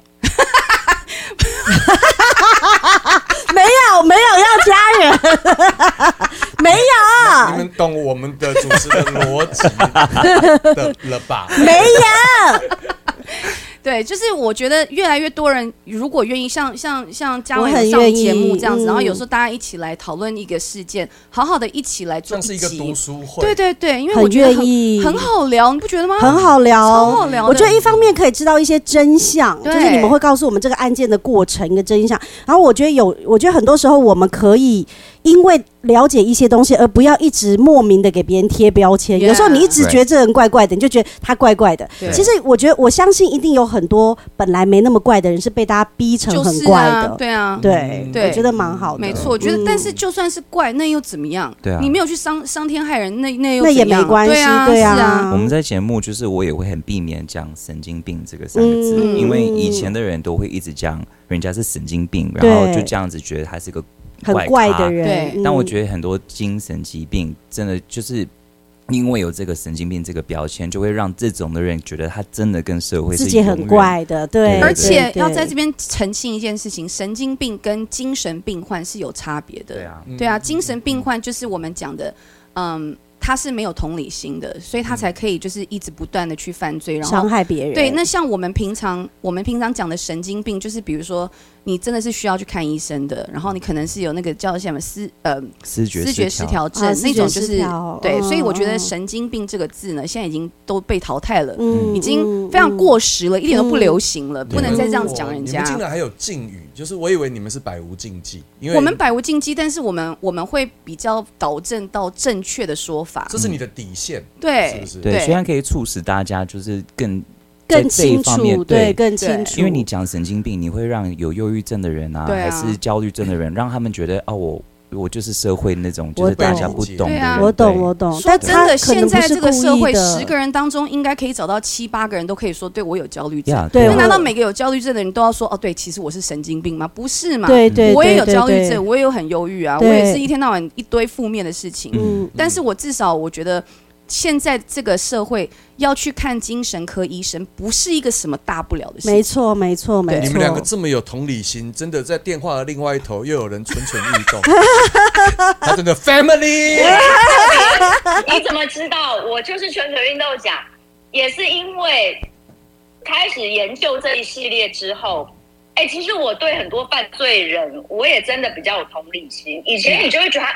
没有没有要家人，没有。 你们懂我们的主持的逻辑的了吧？ 没有。 对，就是我觉得越来越多人如果愿意像像像嘉伟上节目这样子，嗯、然后有时候大家一起来讨论一个事件，好好的一起来做一集， 像是一个读书会。 对对对，因为我觉得 很, 很好聊，你不觉得吗？ 很好聊， 超好聊的。 我觉得一方面可以知道一些真相，就是你们会告诉我们这个案件的过程一个真相。然后我觉得有，我觉得很多时候我们可以因为了解一些东西，而不要一直莫名的给别人贴标签。Yeah, 有时候你一直觉得这人怪怪的，你就觉得他怪怪的。其实我觉得，我相信一定有很多本来没那么怪的人，是被大家逼成很怪的。 就是啊、对啊， 对， 对， 我觉得蛮好的。 没错，我觉得，嗯、但是就算是怪，那又怎么样？ 对啊， 你没有去伤伤天害人，那那又那也没关系。 对啊， 对啊。 啊我们在节目就是我也会很避免讲神经病这个三个字，嗯、因为以前的人都会一直讲人家是神经病，然后就这样子觉得他是个。 很怪的人， 对。 但我觉得很多精神疾病真的就是因为有这个神经病这个标签，就会让这种的人觉得他真的跟社会是自己很怪的，对。 而且要在这边澄清一件事情：神经病跟精神病患是有差别的。 对啊， 对啊，精神病患就是我们讲的，嗯。他是没有同理心的，所以他才可以就是一直不断的去犯罪，然后伤害别人。 对，那像我们平常我们平常讲的神经病，就是比如说你真的是需要去看医生的，然后你可能是有那个叫什么思呃思觉思觉失调症、 啊、 那种，就是对， 嗯、 所以我觉得神经病这个字呢，现在已经都被淘汰了，嗯、已经非常过时了，嗯、一点都不流行了，嗯、不能再这样子讲人家。 你们竟然还有禁语，就是我以为你们是百无禁忌，因为我们百无禁忌，但是我们我们会比较导正到正确的说法， 这是你的底线， 对， 是不是？ 对，虽然可以促使大家就是更更清楚，对，更清楚。 因为你讲神经病，你会让有忧郁症的人啊，还是焦虑症的人，让他们觉得哦，我我就是社会那种，就是大家不懂的人。 我懂，我懂。 说真的，现在这个社会，十个人当中应该可以找到七八个人都可以说，对我有焦虑症。 对， 难道每个有焦虑症的人都要说哦，对，其实我是神经病吗？不是嘛？ 对对， 我也有焦虑症，我也有很忧郁啊，我也是一天到晚一堆负面的事情。嗯，但是我至少我觉得。现在这个社会要去看精神科医生，不是一个什么大不了的事情。 没错，没错，没错。 你们两个这么有同理心，真的在电话的另外一头又有人蠢蠢欲动。他真的 family。 你怎么知道？我就是蠢蠢欲动讲，也是因为开始研究这一系列之后，哎、欸，其实我对很多犯罪人，我也真的比较有同理心。以前你就会觉得他。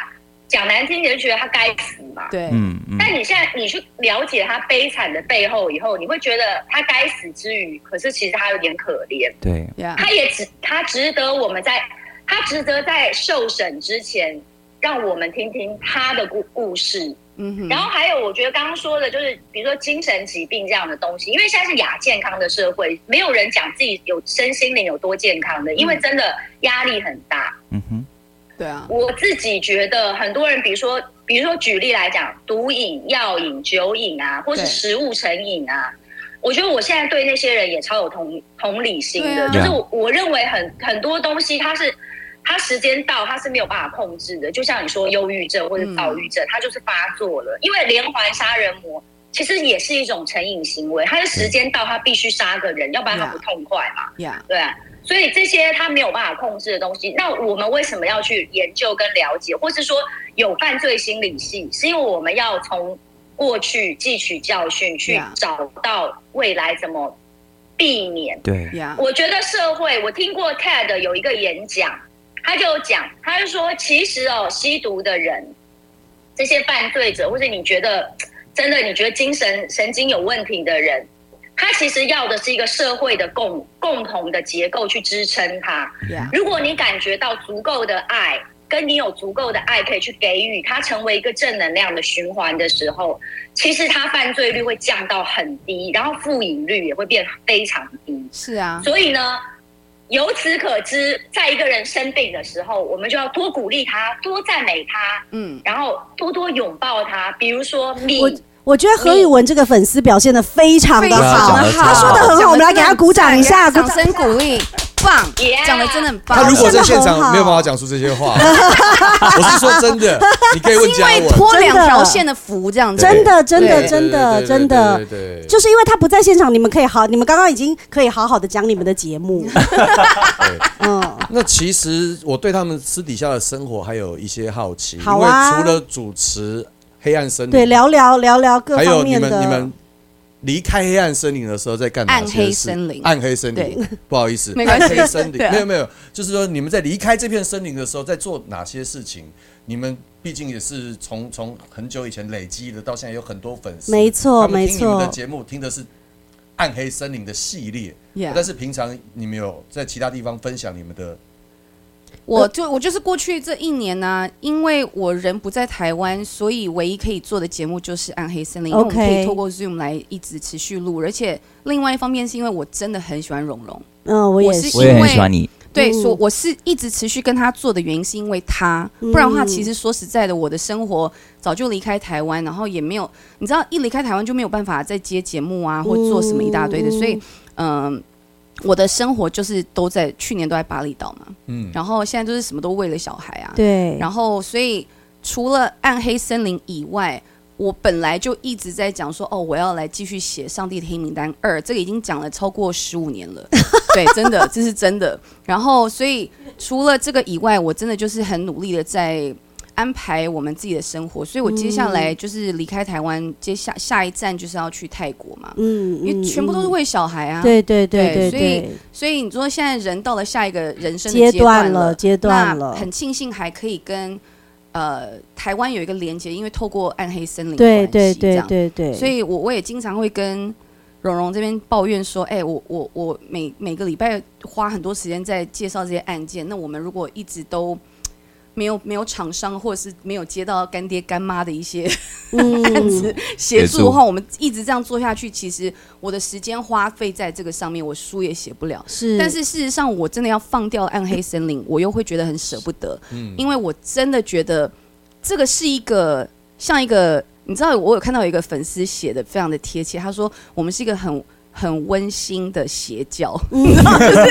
讲难听点就觉得他该死嘛。 对， 嗯嗯。 但你现在你去了解他悲惨的背后以后，你会觉得他该死之余，可是其实他有点可怜。 对， yeah. 他也值他值得我们在他值得在受审之前，让我们听听他的故故事。嗯哼。然后还有，我觉得刚刚说的就是，比如说精神疾病这样的东西，因为现在是亚健康的社会，没有人讲自己有身心灵有多健康的，因为真的压力很大。嗯哼。 对啊， 我自己觉得很多人，比如说，比如说举例来讲，毒瘾、药瘾、酒瘾啊，或是食物成瘾啊，我觉得我现在对那些人也超有同同理心的，啊、就是我我认为很很多东西它是它时间到它是没有办法控制的，就像你说忧郁症或者躁郁症，嗯、它就是发作了，因为连环杀人魔其实也是一种成瘾行为，它的时间到它必须杀个人，要不然它不痛快嘛， yeah. 对、啊。所以这些他没有办法控制的东西，那我们为什么要去研究跟了解，或是说有犯罪心理系，是因为我们要从过去汲取教训，去找到未来怎么避免。 对， 我觉得社会，我听过 T E D 有一个演讲，他就讲，他就说，其实哦，吸毒的人，这些犯罪者，或者你觉得真的你觉得精神神经有问题的人。他其实要的是一个社会的共共同的结构去支撑他。Yeah. 如果你感觉到足够的爱，跟你有足够的爱可以去给予他，成为一个正能量的循环的时候，其实他犯罪率会降到很低，然后复瘾率也会变非常低。 是啊， 所以呢，由此可知，在一个人生病的时候，我们就要多鼓励他，多赞美他，嗯，然后多多拥抱他。比如说你。 我觉得何宇文这个粉丝表现得非常的好，他说的很好，我们来给他鼓掌一下， 掌声鼓励，棒，讲的真的很棒。 他如果在现场没有办法讲出这些话，我是说真的，你可以问嘉文， 因为脱两条线的福这样子， 真的真的真的真的，就是因为他不在现场，你们可以好，你们刚刚已经可以好好的讲你们的节目。 嗯，那其实我对他们私底下的生活还有一些好奇， 好啊， 因为除了主持。黑暗森林， 对，聊聊聊聊各方面的。 还有你们，你们离开黑暗森林的时候在干哪些事？ 暗黑森林， 暗黑森林，不好意思， 没关系。 暗黑森林，没有没有，就是说你们在离开这片森林的时候在做哪些事情？你们毕竟也是从从很久以前累积的，到现在有很多粉丝， 没错没错。 听你们的节目听的是暗黑森林的系列， yeah. 但是平常你们有在其他地方分享你们的。 我就我就是过去这一年呢、啊，因为我人不在台湾，所以唯一可以做的节目就是《暗黑森林》，因为我们可以透过 Zoom 来一直持续录，而且另外一方面是因为我真的很喜欢蓉蓉， 嗯，我也是， 我也很喜欢你。 对，所以我是一直持续跟他做的原因是因为他，不然的话，其实说实在的，我的生活早就离开台湾，然后也没有，你知道，一离开台湾就没有办法再接节目啊，或做什么一大堆的，所以，嗯。我的生活就是都在去年都在巴厘岛嘛，嗯，然后现在就是什么都为了小孩啊， 对， 然后所以除了暗黑森林以外，我本来就一直在讲说，哦，我要来继续写《上帝的黑名单二》，这个已经讲了超过十五年了，对，真的，这是真的。然后所以除了这个以外，我真的就是很努力的在安排我们自己的生活，所以我接下来就是离开台湾，接下下一站就是要去泰国嘛，嗯，因为全部都是为小孩啊， 对对对对， 所以所以你说现在人到了下一个人生的阶段了，阶段了， 那很庆幸还可以跟呃台湾有一个连接，因为透过暗黑森林， 对对对对对， 所以我我也经常会跟蓉蓉这边抱怨说，哎、欸，我我我每每个礼拜花很多时间在介绍这些案件，那我们如果一直都没有没有厂商或者是没有接到干爹干妈的一些、嗯、案子协助的话，我们一直这样做下去，其实我的时间花费在这个上面，我书也写不了。 是， 但是事实上，我真的要放掉暗黑森林，我又会觉得很舍不得，嗯、因为我真的觉得这个是一个像一个，你知道，我有看到有一个粉丝写的非常的贴切，他说我们是一个很。很温馨的邪教，你知道，就是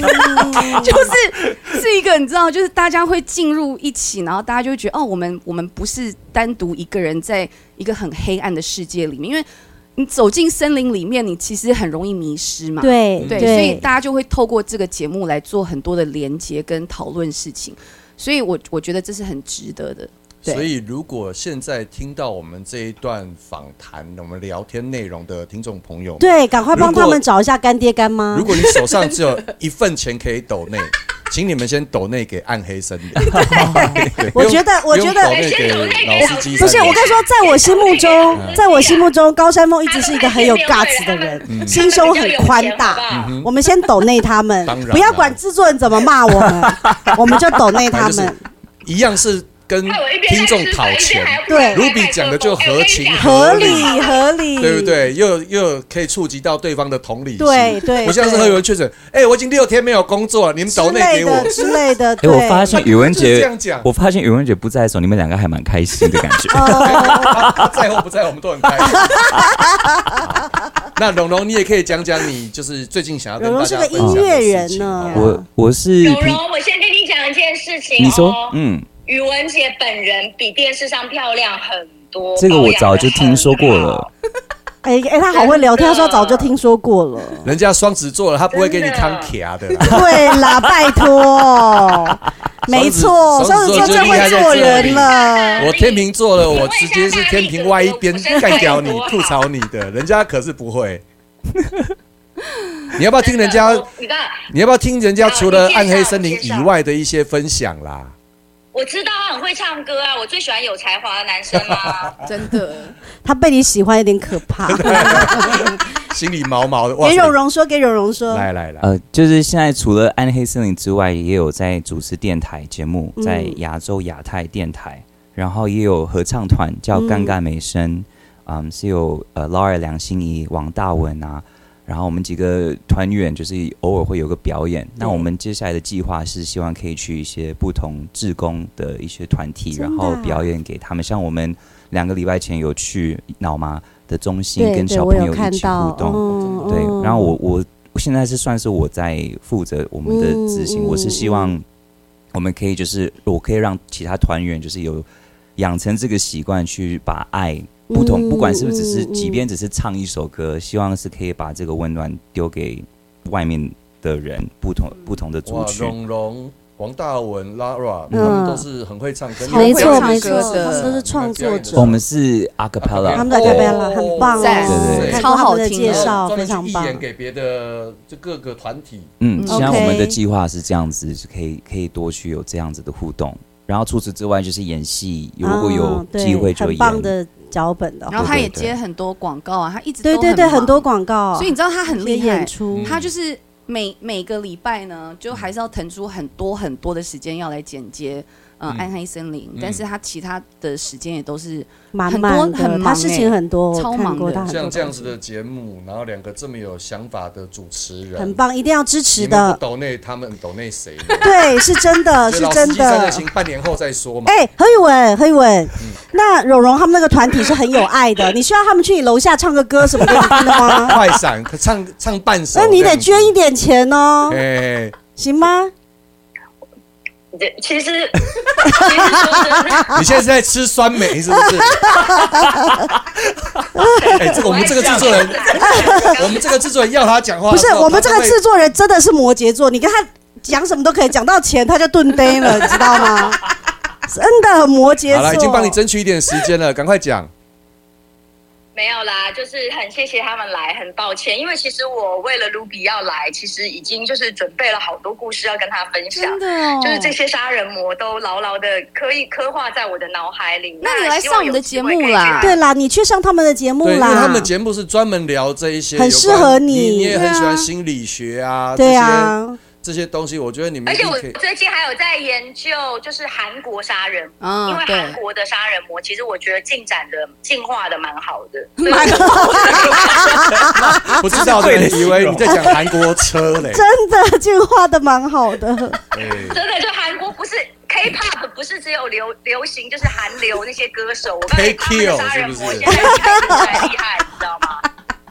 就是是一个，你知道，就是大家会进入一起，然后大家就会觉得，哦，我们我们不是单独一个人在一个很黑暗的世界里面，因为你走进森林里面，你其实很容易迷失嘛， 对对, 对，所以大家就会透过这个节目来做很多的连结跟讨论事情，所以我我觉得这是很值得的。 所以，如果现在听到我们这一段访谈、我们聊天内容的听众朋友， 对，赶快帮他们找一下干爹干妈。 如果你手上只有一份钱可以抖内， 请你们先抖内给暗黑森林。 我觉得，我觉得抖内给老司机。 不是，我跟你说，在我心目中，在我心目中，高山峰一直是一个很有 guts 的人，心胸很宽大。我们先抖内他们，不要管制作人怎么骂我们，我们就抖内他们。 一样是跟听众讨钱， 对 ，Ruby 讲的就合情合理合理， 对不对？又又可以触及到对方的同理心， 对对。 不像是何宇文确诊，哎，我已经六天没有工作了，你们抖内给我之类的。 哎，我发现宇文姐这样讲， 我发现宇文姐不在的时候，你们两个还蛮开心的感觉。 他在或不在，我们都很开心。那蓉蓉，你也可以讲讲你就是最近想要跟大家分享的事情。蓉蓉是个音乐人呢， 我我是蓉蓉，我先跟你讲一件事情哦。 你说，嗯。 宇文姐本人比电视上漂亮很多， 这个我早就听说过了。 哎哎，他好会聊天，他说早就听说过了。 人家双子座了，他不会给你扛卡的。 对啦，拜托，没错，双子座最会做人了。 我天秤座了，我直接是天平歪一边干掉你、吐槽你的，人家可是不会。你要不要听人家？你要不要听人家除了暗黑森林以外的一些分享啦？ 我知道他很会唱歌啊，我最喜欢有才华的男生啊。 真的， 他被你喜欢有点可怕， 心里毛毛的。 给蓉蓉说，给蓉蓉说， 来来来， 呃，就是现在除了暗黑森林之外，也有在主持电台节目，在亚洲亚太电台，嗯、然后也有合唱团叫尴尬美声，嗯，是有呃 Laura 梁心怡、王大文啊。然后我们几个团员就是偶尔会有个表演。那我们接下来的计划是希望可以去一些不同志工的一些团体，然后表演给他们。像我们两个礼拜前有去脑麻的中心，跟小朋友一起互动。对，然后我我我现在是算是我在负责我们的执行。我是希望我们可以就是我可以让其他团员就是有养成这个习惯，去把爱。不同，不管是不是只是，即便只是唱一首歌，希望是可以把这个温暖丢给外面的人，不同不同的族群。 蓉蓉、王大文、Lara， 他们都是很会唱歌， 没错没错，他们都是创作者。 我们是 acapella， 他们的 acapella 很棒哦， 对对，超好听的介绍，非常棒。 义演给别的就各个团体。 嗯，现在我们的计划是这样子，是可以可以多去有这样子的互动。然后除此之外就是演戏，如果有机会就演。 很棒的脚本的， 然后他也接很多广告啊，他一直对对对很多广告， 所以你知道他很厉害， 演出他就是每每个礼拜呢，就还是要腾出很多很多的时间要来剪接。呃，暗黑森林，但是他其他的时间也都是很多很忙， 他事情很多， 超忙的。 像这样子的节目，然后两个这么有想法的主持人， 很棒，一定要支持的。 抖内他们抖内谁？ 对，是真的，是真的。 三人行半年后再说嘛。 哎，何宇文，何宇文，那蓉蓉他们那个团体是很有爱的，你需要他们去你楼下唱个歌什么给你听的吗？ 快闪，唱唱半首。 那你得捐一点钱哦，行吗？ 其实，其实说你现在是在吃酸梅是不是？哎、欸，这个我们这个制作人，我们这个制作人要他讲话， 不是我们这个制作人真的是摩羯座，你跟他讲什么都可以，讲到钱他就顿呆了，你知道吗？真的很摩羯座。 好了，已经帮你争取一点时间了，赶快讲。 没有啦，就是很谢谢他们来，很抱歉，因为其实我为了卢比要来，其实已经就是准备了好多故事要跟他分享， 真的哦， 就是这些杀人魔都牢牢的刻意刻画在我的脑海里。 那你来上我们的节目啦？ 对啦，你去上他们的节目啦， 因为他们节目是专门聊这一些， 很适合你， 你也很喜欢心理学啊， 对啊。 这些东西，我觉得你们而且我最近还有在研究，就是韩国杀人魔， 哦、 因为韩国的杀人魔，其实我觉得进展的、进化的蛮好的。 蛮好的。不知道的人以为你在讲韩国车嘞， 真的进化的蛮好的。 真的，就韩国不是 K-pop， 不是只有流流行，就是韩流那些歌手，我告诉你，他们的杀人魔现在才厉害，你知道吗？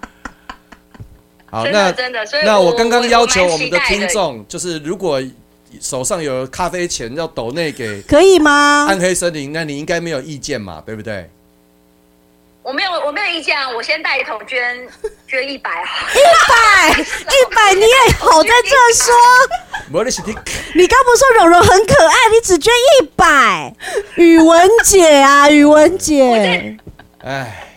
好，那真的，所以那我刚刚要求我们的听众，就是如果手上有咖啡钱要抖内给， 可以吗？ 暗黑森林，那你应该没有意见嘛，对不对？ 我没有，我没有意见啊！我先带头捐捐一百好， 一百一百，你也好在这说。你刚不是说柔柔很可爱，你只捐一百？宇文姐啊，宇文姐， 哎。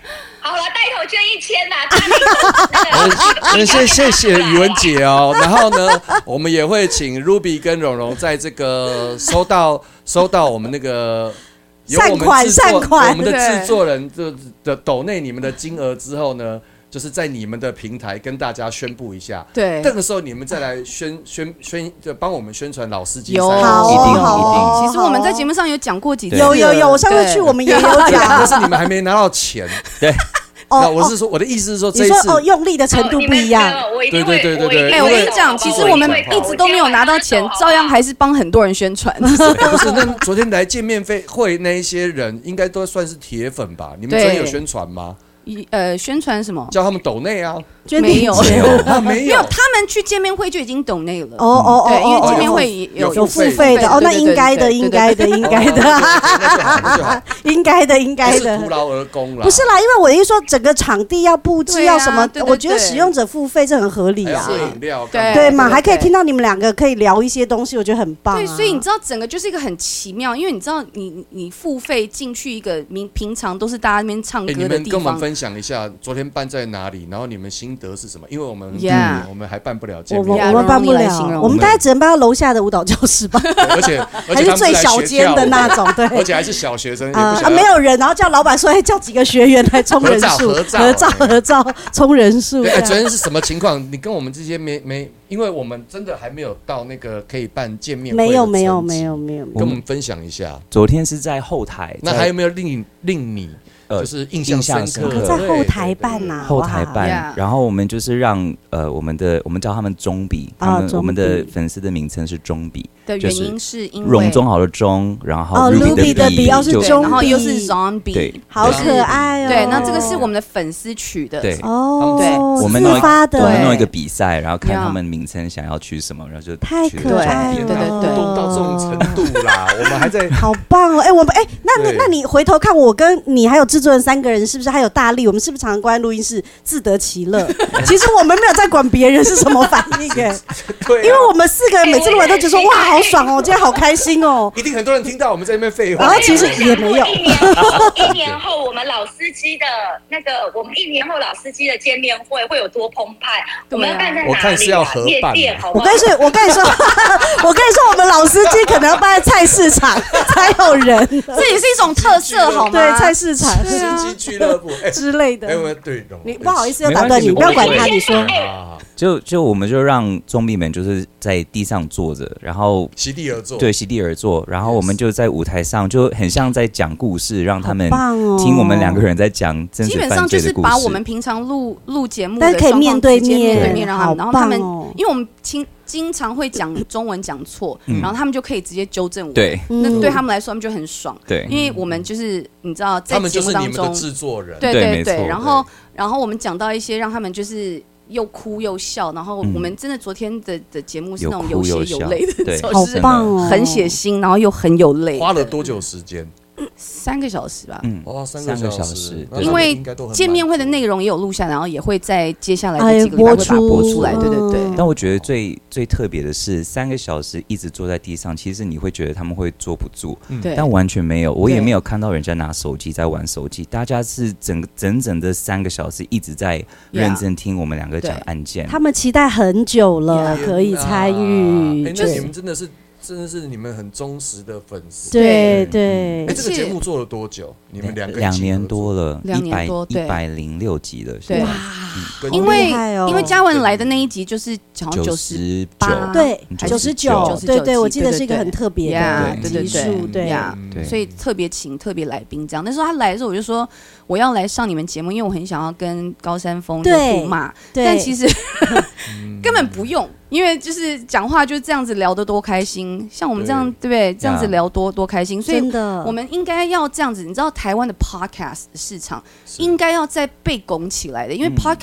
好了，带头捐一千呐！ 呃，谢谢谢宇文姐哦。然后呢，我们也会请 Ruby 跟蓉蓉在这个收到收到我们那个由我们制作我们的制作人的的抖内你们的金额之后呢，就是在你们的平台跟大家宣布一下。 对， 那个时候你们再来宣宣宣，就帮我们宣传老司机。 有， 好， 一定一好定。 其实我们在节目上有讲过几次， 有有有，我上次去我们也有讲， 但是你们还没拿到钱。 对。 那我是说，我的意思是说，这一次哦，用力的程度不一样。 对对对对对。 哎，我跟你讲，其实我们一直都没有拿到钱，照样还是帮很多人宣传。 不是，那昨天来见面会那一些人，应该都算是铁粉吧？你们真有宣传吗？ 呃，宣传什么？ 叫他们抖内啊。 没有， 没有，他没有， 没有，他们去见面会就已经抖内了。 哦哦哦， 对，因为见面会有有付费的哦，那应该的，应该的，应该的，应该的，应该的， 徒劳而功了。 不是啦，因为我的意思说，整个场地要布置要什么，我觉得使用者付费这很合理啊。 饮料， 对对嘛，还可以听到你们两个可以聊一些东西，我觉得很棒。 对，所以你知道，整个就是一个很奇妙，因为你知道，你你付费进去一个平平常都是大家那边唱歌的地方。 你们跟我们分享一下，昨天办在哪里，然后你们心得是什么？因为我们。我们、 yeah. 嗯、我们还办不了见面， 我们我们办不了，我们大概只能办到楼下的舞蹈教室吧， 而且还是最小间的那种，对， 而且还是小学生， 啊、呃，没有人，然后叫老板说，哎，叫几个学员来冲人数， 合照合照合照冲人数。 哎，昨天是什么情况？你跟我们这些没没，因为我们真的还没有到那个可以办见面会， 没有没有没有没有， 跟我们分享一下。 昨天是在后台， 那还有没有令令你？呃，就是印象深刻， 在后台办呐， 后台办，然后我们就是让呃我们的我们叫他们中比，他们我们的粉丝的名称是中比的原因是因为荣中好的中，然后哦 Ruby 的比哦是中， 然后又是 Zombie， 对， 好可爱哦。 对，那这个是我们的粉丝取的， 对哦， 对， 我们弄发的， 我们弄一个比赛，然后看他们名称想要取什么，然后就太可爱了， 对对对， 到这种程度啦，我们还在好棒哦！哎，我们哎，那那那你回头看我跟你还有制作人三个人。是不是还有大力？我们是不是常常关在录音室自得其乐？其实我们没有在管别人是什么反应哎，对，因为我们四个人每次录完都觉得说哇好爽哦，今天好开心哦。 一定很多人听到我们在那边废话， 然后其实也没有。 一年后，一年后我们老司机的那个，我们一年后老司机的见面会会有多澎湃？我们要办在哪里？ 我看是要合办。 我跟你说，我跟你说，我跟你说，我们老司机可能要办在菜市场才有人， 这也是一种特色好吗？ 对，菜市场。 司机俱乐部之类的， 对， 你不好意思要打断你，不要管他，你说。 就就我们就让中币们就是在地上坐着，然后席地而坐， 对，席地而坐，然后我们就在舞台上就很像在讲故事，让他们听我们两个人在讲真实犯罪的故事。基本上就是把我们平常录录节目， 但是可以面对面， 面对面让他们，然后他们， 哦、 因为我们经经常会讲中文讲错，嗯、然后他们就可以直接纠正我。 对， 那对他们来说，他们就很爽。 对， 因为我们就是你知道，在节目当中， 制作人， 对对对，然后然后我们讲到一些让他们就是又哭又笑，然后我们真的昨天的的节目是那种有血有泪的， 好棒哦， 很血腥，然后又很有泪。 花了多久时间？ 三个小时吧， 嗯， 哇，三个小时， 因为见面会的内容也有录下来，然后也会在接下来的几个礼拜会把它播出来，对对对。 但我觉得最最特别的是，三个小时一直坐在地上，其实你会觉得他们会坐不住， 对， 但完全没有，我也没有看到人家拿手机在玩手机，大家是整个整整的三个小时一直在认真听我们两个讲案件， 他们期待很久了，可以参与。 那你们真的是。真的是你们很忠实的粉丝， 对对。 哎，这个节目做了多久？你们两个两年多了， 两年多， 一百零六集了。 对， 哇， 因为因为嘉文来的那一集就是好像九十八， 对，九十九，对对，我记得是一个很特别的集数，对呀，所以特别请特别来宾这样。那时候他来的时候，我就说我要来上你们节目，因为我很想要跟高山峰互骂，但其实根本不用。因为就是讲话就这样子聊得多开心，像我们这样 对, 对不对？这样子聊多多开心，所以我们应该要这样子。你知道台湾的 podcast 市场应该要再被拱起来的，因为 podcast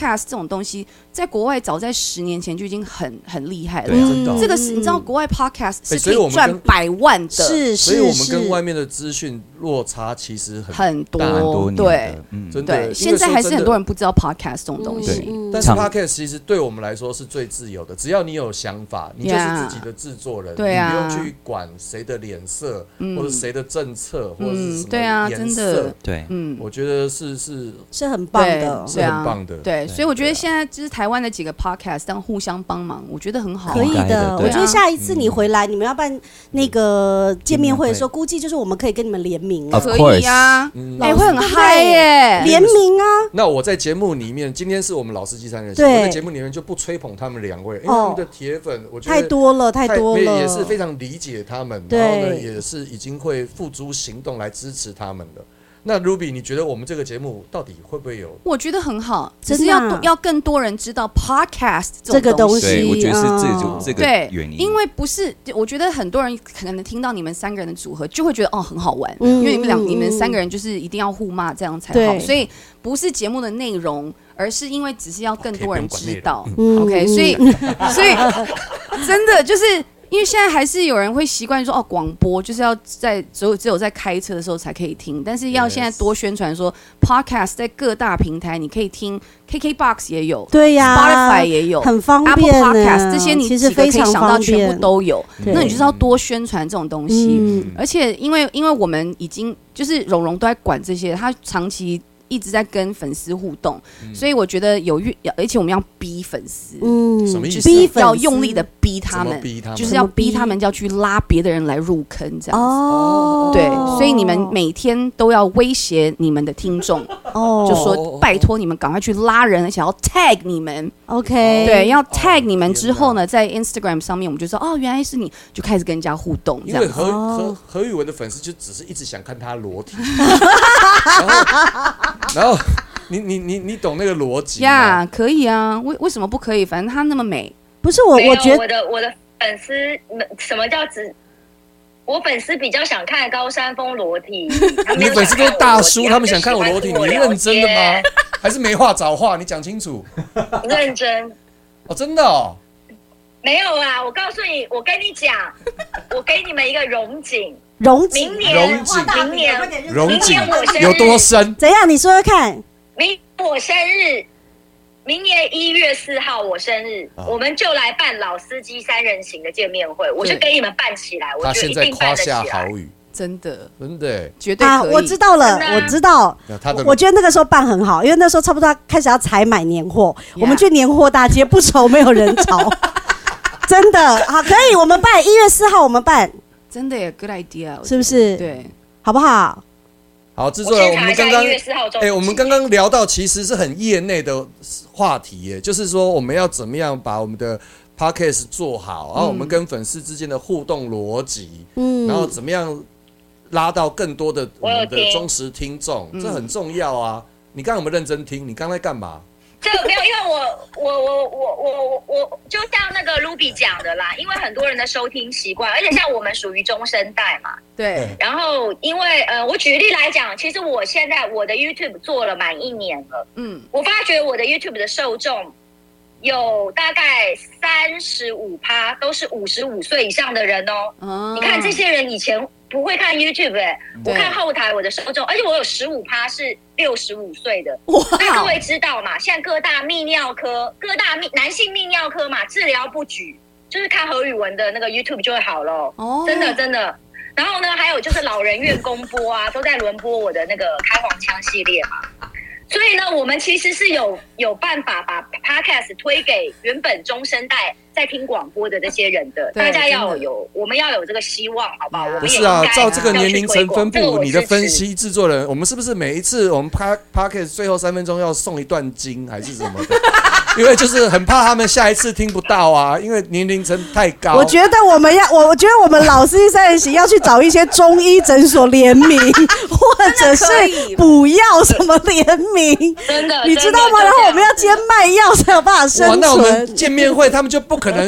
podcast 这种东西，在国外早在十年前就已经很很厉害了。 对，真的、哦。 这个是你知道，国外 podcast 是可以赚百万的， 是是。 所以我们跟外面的资讯落差其实很很多， 很多年对， 嗯，真的。 对，现在还是很多人不知道 podcast 这种东西。 嗯、但是 podcast 其实对我们来说是最自由的，只要你有想法，你就是自己的制作人， yeah, 对啊， 你不用去管谁的脸色、 嗯、 或者谁的政策、嗯、或者是什么对啊， 颜真色。 的， 对， 嗯， 我觉得是是是很棒的， 是很棒的。 对，所以我觉得现在就是台湾的几个 podcast 当互相帮忙，我觉得很好。 可以的，我觉得下一次你回来，你们要办那个见面会的时候，估计就是我们可以跟你们联名了。 可以啊，哎，会很嗨耶， 联名啊。 那我在节目里面，今天是我们老司机三人行，我在节目里面就不吹捧他们两位，因为他们的铁粉，我觉得太多了，太多了， 也是非常理解他们，然后呢，也是已经会付诸行动来支持他们的。那 Ruby， 你觉得我们这个节目到底会不会有？ 我觉得很好，只是要多要更多人知道 podcast 这个东西。 对，我觉得是这种这个原因。 因为不是，我觉得很多人可能听到你们三个人的组合，就会觉得哦很好玩，嗯、因为你们两、嗯、你们三个人就是一定要互骂这样才好，所以不是节目的内容，而是因为只是要更多人知道。 嗯、 OK， 所以所以真的就是。因为现在还是有人会习惯说哦，广播就是要在只有只有在开车的时候才可以听，但是要现在多宣传说 podcast 在各大平台你可以听 ，K K B O X 也有， 对呀 ，Spotify 也有， 很方便 ，Apple Podcast 这些你其实非常想到全部都有，那你就是要多宣传这种东西， 嗯、 而且因为因为我们已经就是蓉蓉都在管这些，他长期。一直在跟粉丝互动，嗯、所以我觉得有越，而且我们要逼粉丝， 嗯， 什么意思？ 就是要用力的逼他们， 逼他们就是要逼他们要去拉别的人来入坑，这样子。 哦， 对，所以你们每天都要威胁你们的听众，哦，就说拜托你们赶快去拉人，而且要 tag 你们 ，OK， 对，要 tag 你们之后呢，在 Instagram 上面我们就说哦，原来是你，就开始跟人家互动，这样。 因为何何何宇文的粉丝就只是一直想看他裸体，然后。然后你你你你懂那个逻辑呀？ yeah, 可以啊，为为什么不可以？反正他那么美， 不是我，我觉得我的我的粉丝什么叫只？我粉丝比较想看高山峰裸体， 你粉丝都是大叔，他们想看我裸体，你认真的吗？还是没话找话？你讲清楚。 认真。 哦，真的哦。 没有啊，我告诉你，我跟你讲，我给你们一个荣景。 荣景， 明年， 荣景， 明年， 荣景我生日有多深？ 怎样？你说说看。 明我生日，明年一月四号我生日，啊、我们就来办老司机三人行的见面会，我就给你们办起来。我觉得一定办得起来。 他现在夸下好语， 真的， 真的， 绝对可以。啊， 我知道了，我知道。我觉得那个时候办很好，因为那时候差不多开始要采买年货， yeah. 我们去年货大街不愁没有人潮，真的好，可以，我们办一月四号，我们办。 真的也 good idea， 是不是？ 对， 好不好？ 好，制作人，我们刚刚哎， 我们刚刚聊到其实是很业内的话题耶，就是说我们要怎么样把我们的 podcast 做好，然后我们跟粉丝之间的互动逻辑，嗯，然后怎么样拉到更多的我们的忠实听众，这很重要啊。你刚刚有没有认真听？你刚才干嘛？ 这没有，因为我我我我我我就像那个 Ruby 讲的啦，因为很多人的收听习惯，而且像我们属于中生代嘛， 对。 然后因为呃，我举例来讲，其实我现在我的 YouTube 做了满一年了，嗯，我发觉我的 YouTube 的受众有大概三十五趴都是五十五岁以上的人哦。哦，你看这些人以前不会看 YouTube 哎、欸，我看后台我的受众，而且我有十五趴是六十五岁的。那各位知道嘛？现在各大泌尿科、各大男性泌尿科嘛，治疗不举，就是看何宇文的那个 YouTube 就会好了。哦，真的真的。然后呢，还有就是老人院公播啊，都在轮播我的那个开黄腔系列嘛。所以呢，我们其实是有有办法把 Podcast 推给原本中生代在听广播的这些人的，大家要有，我们要有这个希望，好不好？我们不是啊，照这个年龄层分布，你的分析制作人，我们是不是每一次我们 Podcast 最后三分钟要送一段经还是什么的？因为就是很怕他们下一次听不到啊，因为年龄层太高。 我觉得我们要，我我觉得我们老司机三人行要去找一些中医诊所联名，或者是补药什么联名， 真的， 你知道吗？然后我们要兼卖药才有办法生存。 那我们见面会他们就不可能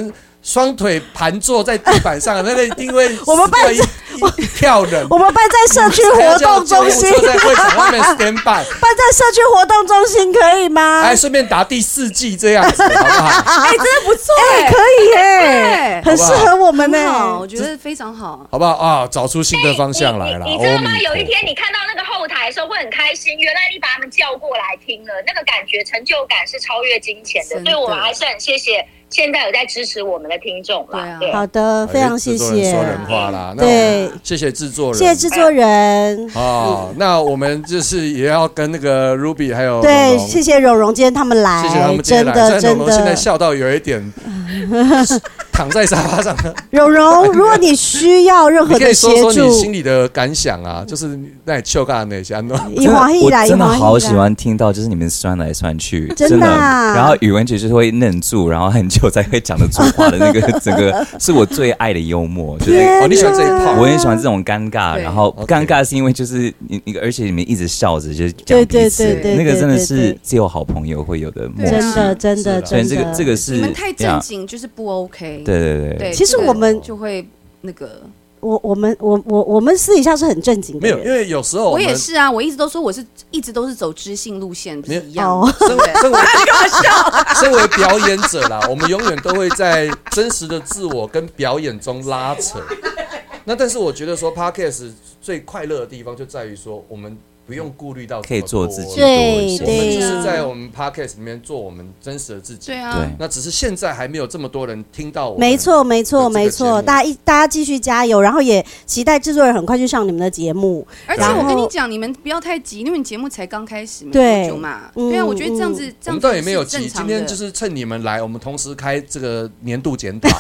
双腿盘坐在地板上，那个一定会我们办一一票人。 我们办在社区活动中心， 在会场外面 stand by， 办在社区活动中心可以吗？ 哎，顺便打第四季这样子，好不好？ 哎，真的不错哎，可以耶，很适合我们呢， 我觉得非常好， 好不好啊？找出新的方向来了。 你知道吗？有一天你看到那个后台的时候会很开心，原来你把他们叫过来听了，那个感觉成就感是超越金钱的，所以我们还是很谢谢现在有在支持我们的听众啦。对， 好的，非常谢谢。 说人话啦， 对， 谢谢制作人， 谢谢制作人。 哦，那我们就是也要跟那个 Ruby 还有对，谢谢蓉蓉今天他们来， 谢谢他们今天来， 真的真的， 现在笑到有一点躺在沙发上。 蓉蓉，如果你需要任何的协助， 你可以说说你心里的感想啊，就是那秋干那些。 我真的好喜欢听到，就是你们酸来酸去， 真的。 然后宇文姐就是会愣住，然后很久才会讲得出话的那个，整个是我最爱的幽默。就是哦，你喜欢这一套， 我很喜欢这种尴尬。然后尴尬是因为就是你你，而且你们一直笑着，就是讲彼此，那个真的是只有好朋友会有的默契。 真的真的， 所以这个这个是你们太正经就是不 OK。 对对对， 其实我们就会那个。 我我们我我我们私底下是很正经的， 没有，因为有时候我, 我也是啊，我一直都说我是一直都是走知性路线，不是一样。 哦、身为身为身为表演者啦，我们永远都会在真实的自我跟表演中拉扯。那但是我觉得说 Podcast 最快乐的地方就在于说我们。不用顾虑到可以做自己， 对， 我们就是在我们 podcast 里面做我们真实的自己。 对啊， 那只是现在还没有这么多人听到我们。 没错，没错，没错。大家一大家继续加油，然后也期待制作人很快去上你们的节目。 而且我跟你讲，你们不要太急，因为你节目才刚开始，没多久嘛。对啊，我觉得这样子，这样子我们倒也没有急。今天就是趁你们来，我们同时开这个年度检讨。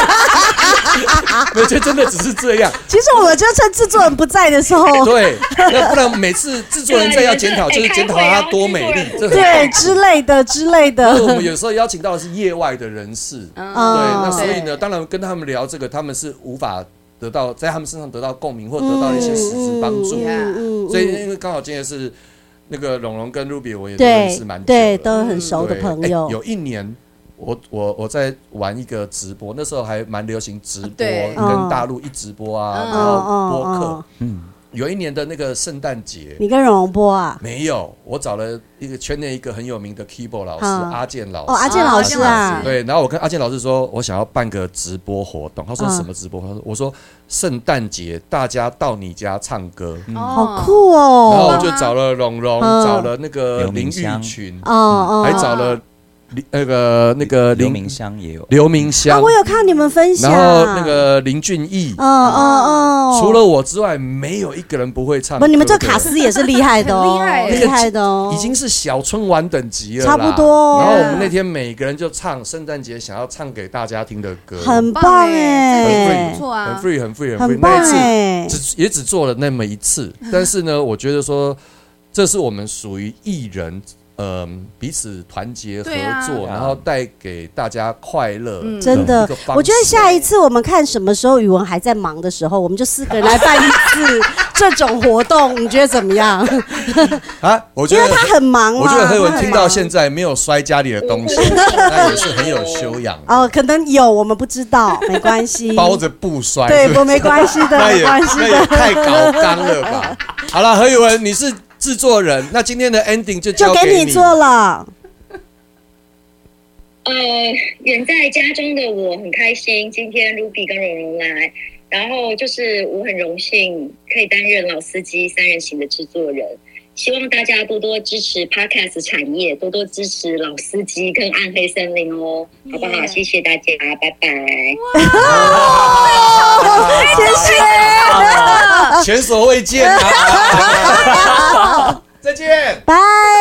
我觉得真的只是这样。 其实我们就趁制作人不在的时候， 对，那不然每次制作人在要检讨，就是检讨他多美丽， 对之类的之类的。 我们有时候邀请到的是业外的人士，对，那所以呢，当然跟他们聊这个，他们是无法得到在他们身上得到共鸣或得到一些实质帮助。所以因为刚好今天是那个蓉蓉跟 Ruby， 我也认识蛮久， 对，都很熟的朋友。 有一年。我我我在玩一个直播，那时候还蛮流行直播，跟大陆一直播啊，然后播客。嗯，有一年的那个圣诞节， 你跟蓉蓉播啊？ 没有，我找了一个圈内一个很有名的 keyboard 老师阿健老师。 哦，阿健老师啊， 对。然后我跟阿健老师说，我想要办个直播活动。他说什么直播？他说我说圣诞节大家到你家唱歌， 好酷哦。 然后我就找了蓉蓉，找了那个林玉群，还找了。那个那个刘明香也有， 刘明香、 啊，我有看你们分享。 然后那个林俊逸， 哦哦哦， 除了我之外，没有一个人不会唱歌。 不，你们这卡斯也是厉害的哦， 厉害厉害的哦， 已经是小春晚等级了， 差不多。 然后我们那天每个人就唱圣诞节想要唱给大家听的歌， 很棒哎， 不错啊， 很 free 很 free 很 free。那一次只也只做了那么一次，但是呢，我觉得说这是我们属于艺人。嗯，彼此团结合作，啊、然后带给大家快乐、嗯。 真的，我觉得下一次我们看什么时候宇文还在忙的时候，我们就四个人来办一次这种活动，你觉得怎么样？ 啊，我觉得因为他很忙啊。 我觉得何宇文听到现在没有摔家里的东西，那也是很有修养。 哦，可能有，我们不知道，没关系。 包着不摔， 对，我没关系的，没关系的。 那也太搞纲了吧？好了，何宇文，你是。制作人，那今天的 ending 就交给你， 就给你做了。 呃，远在家中的我很开心，今天 Ruby 跟蓉蓉来，然后就是我很荣幸可以担任老司机三人行的制作人。希望大家多多支持 Podcast 产业，多多支持老司机跟暗黑森林哦，好不好？谢谢大家，拜拜。 谢谢， 前所未见啊！再见， 拜。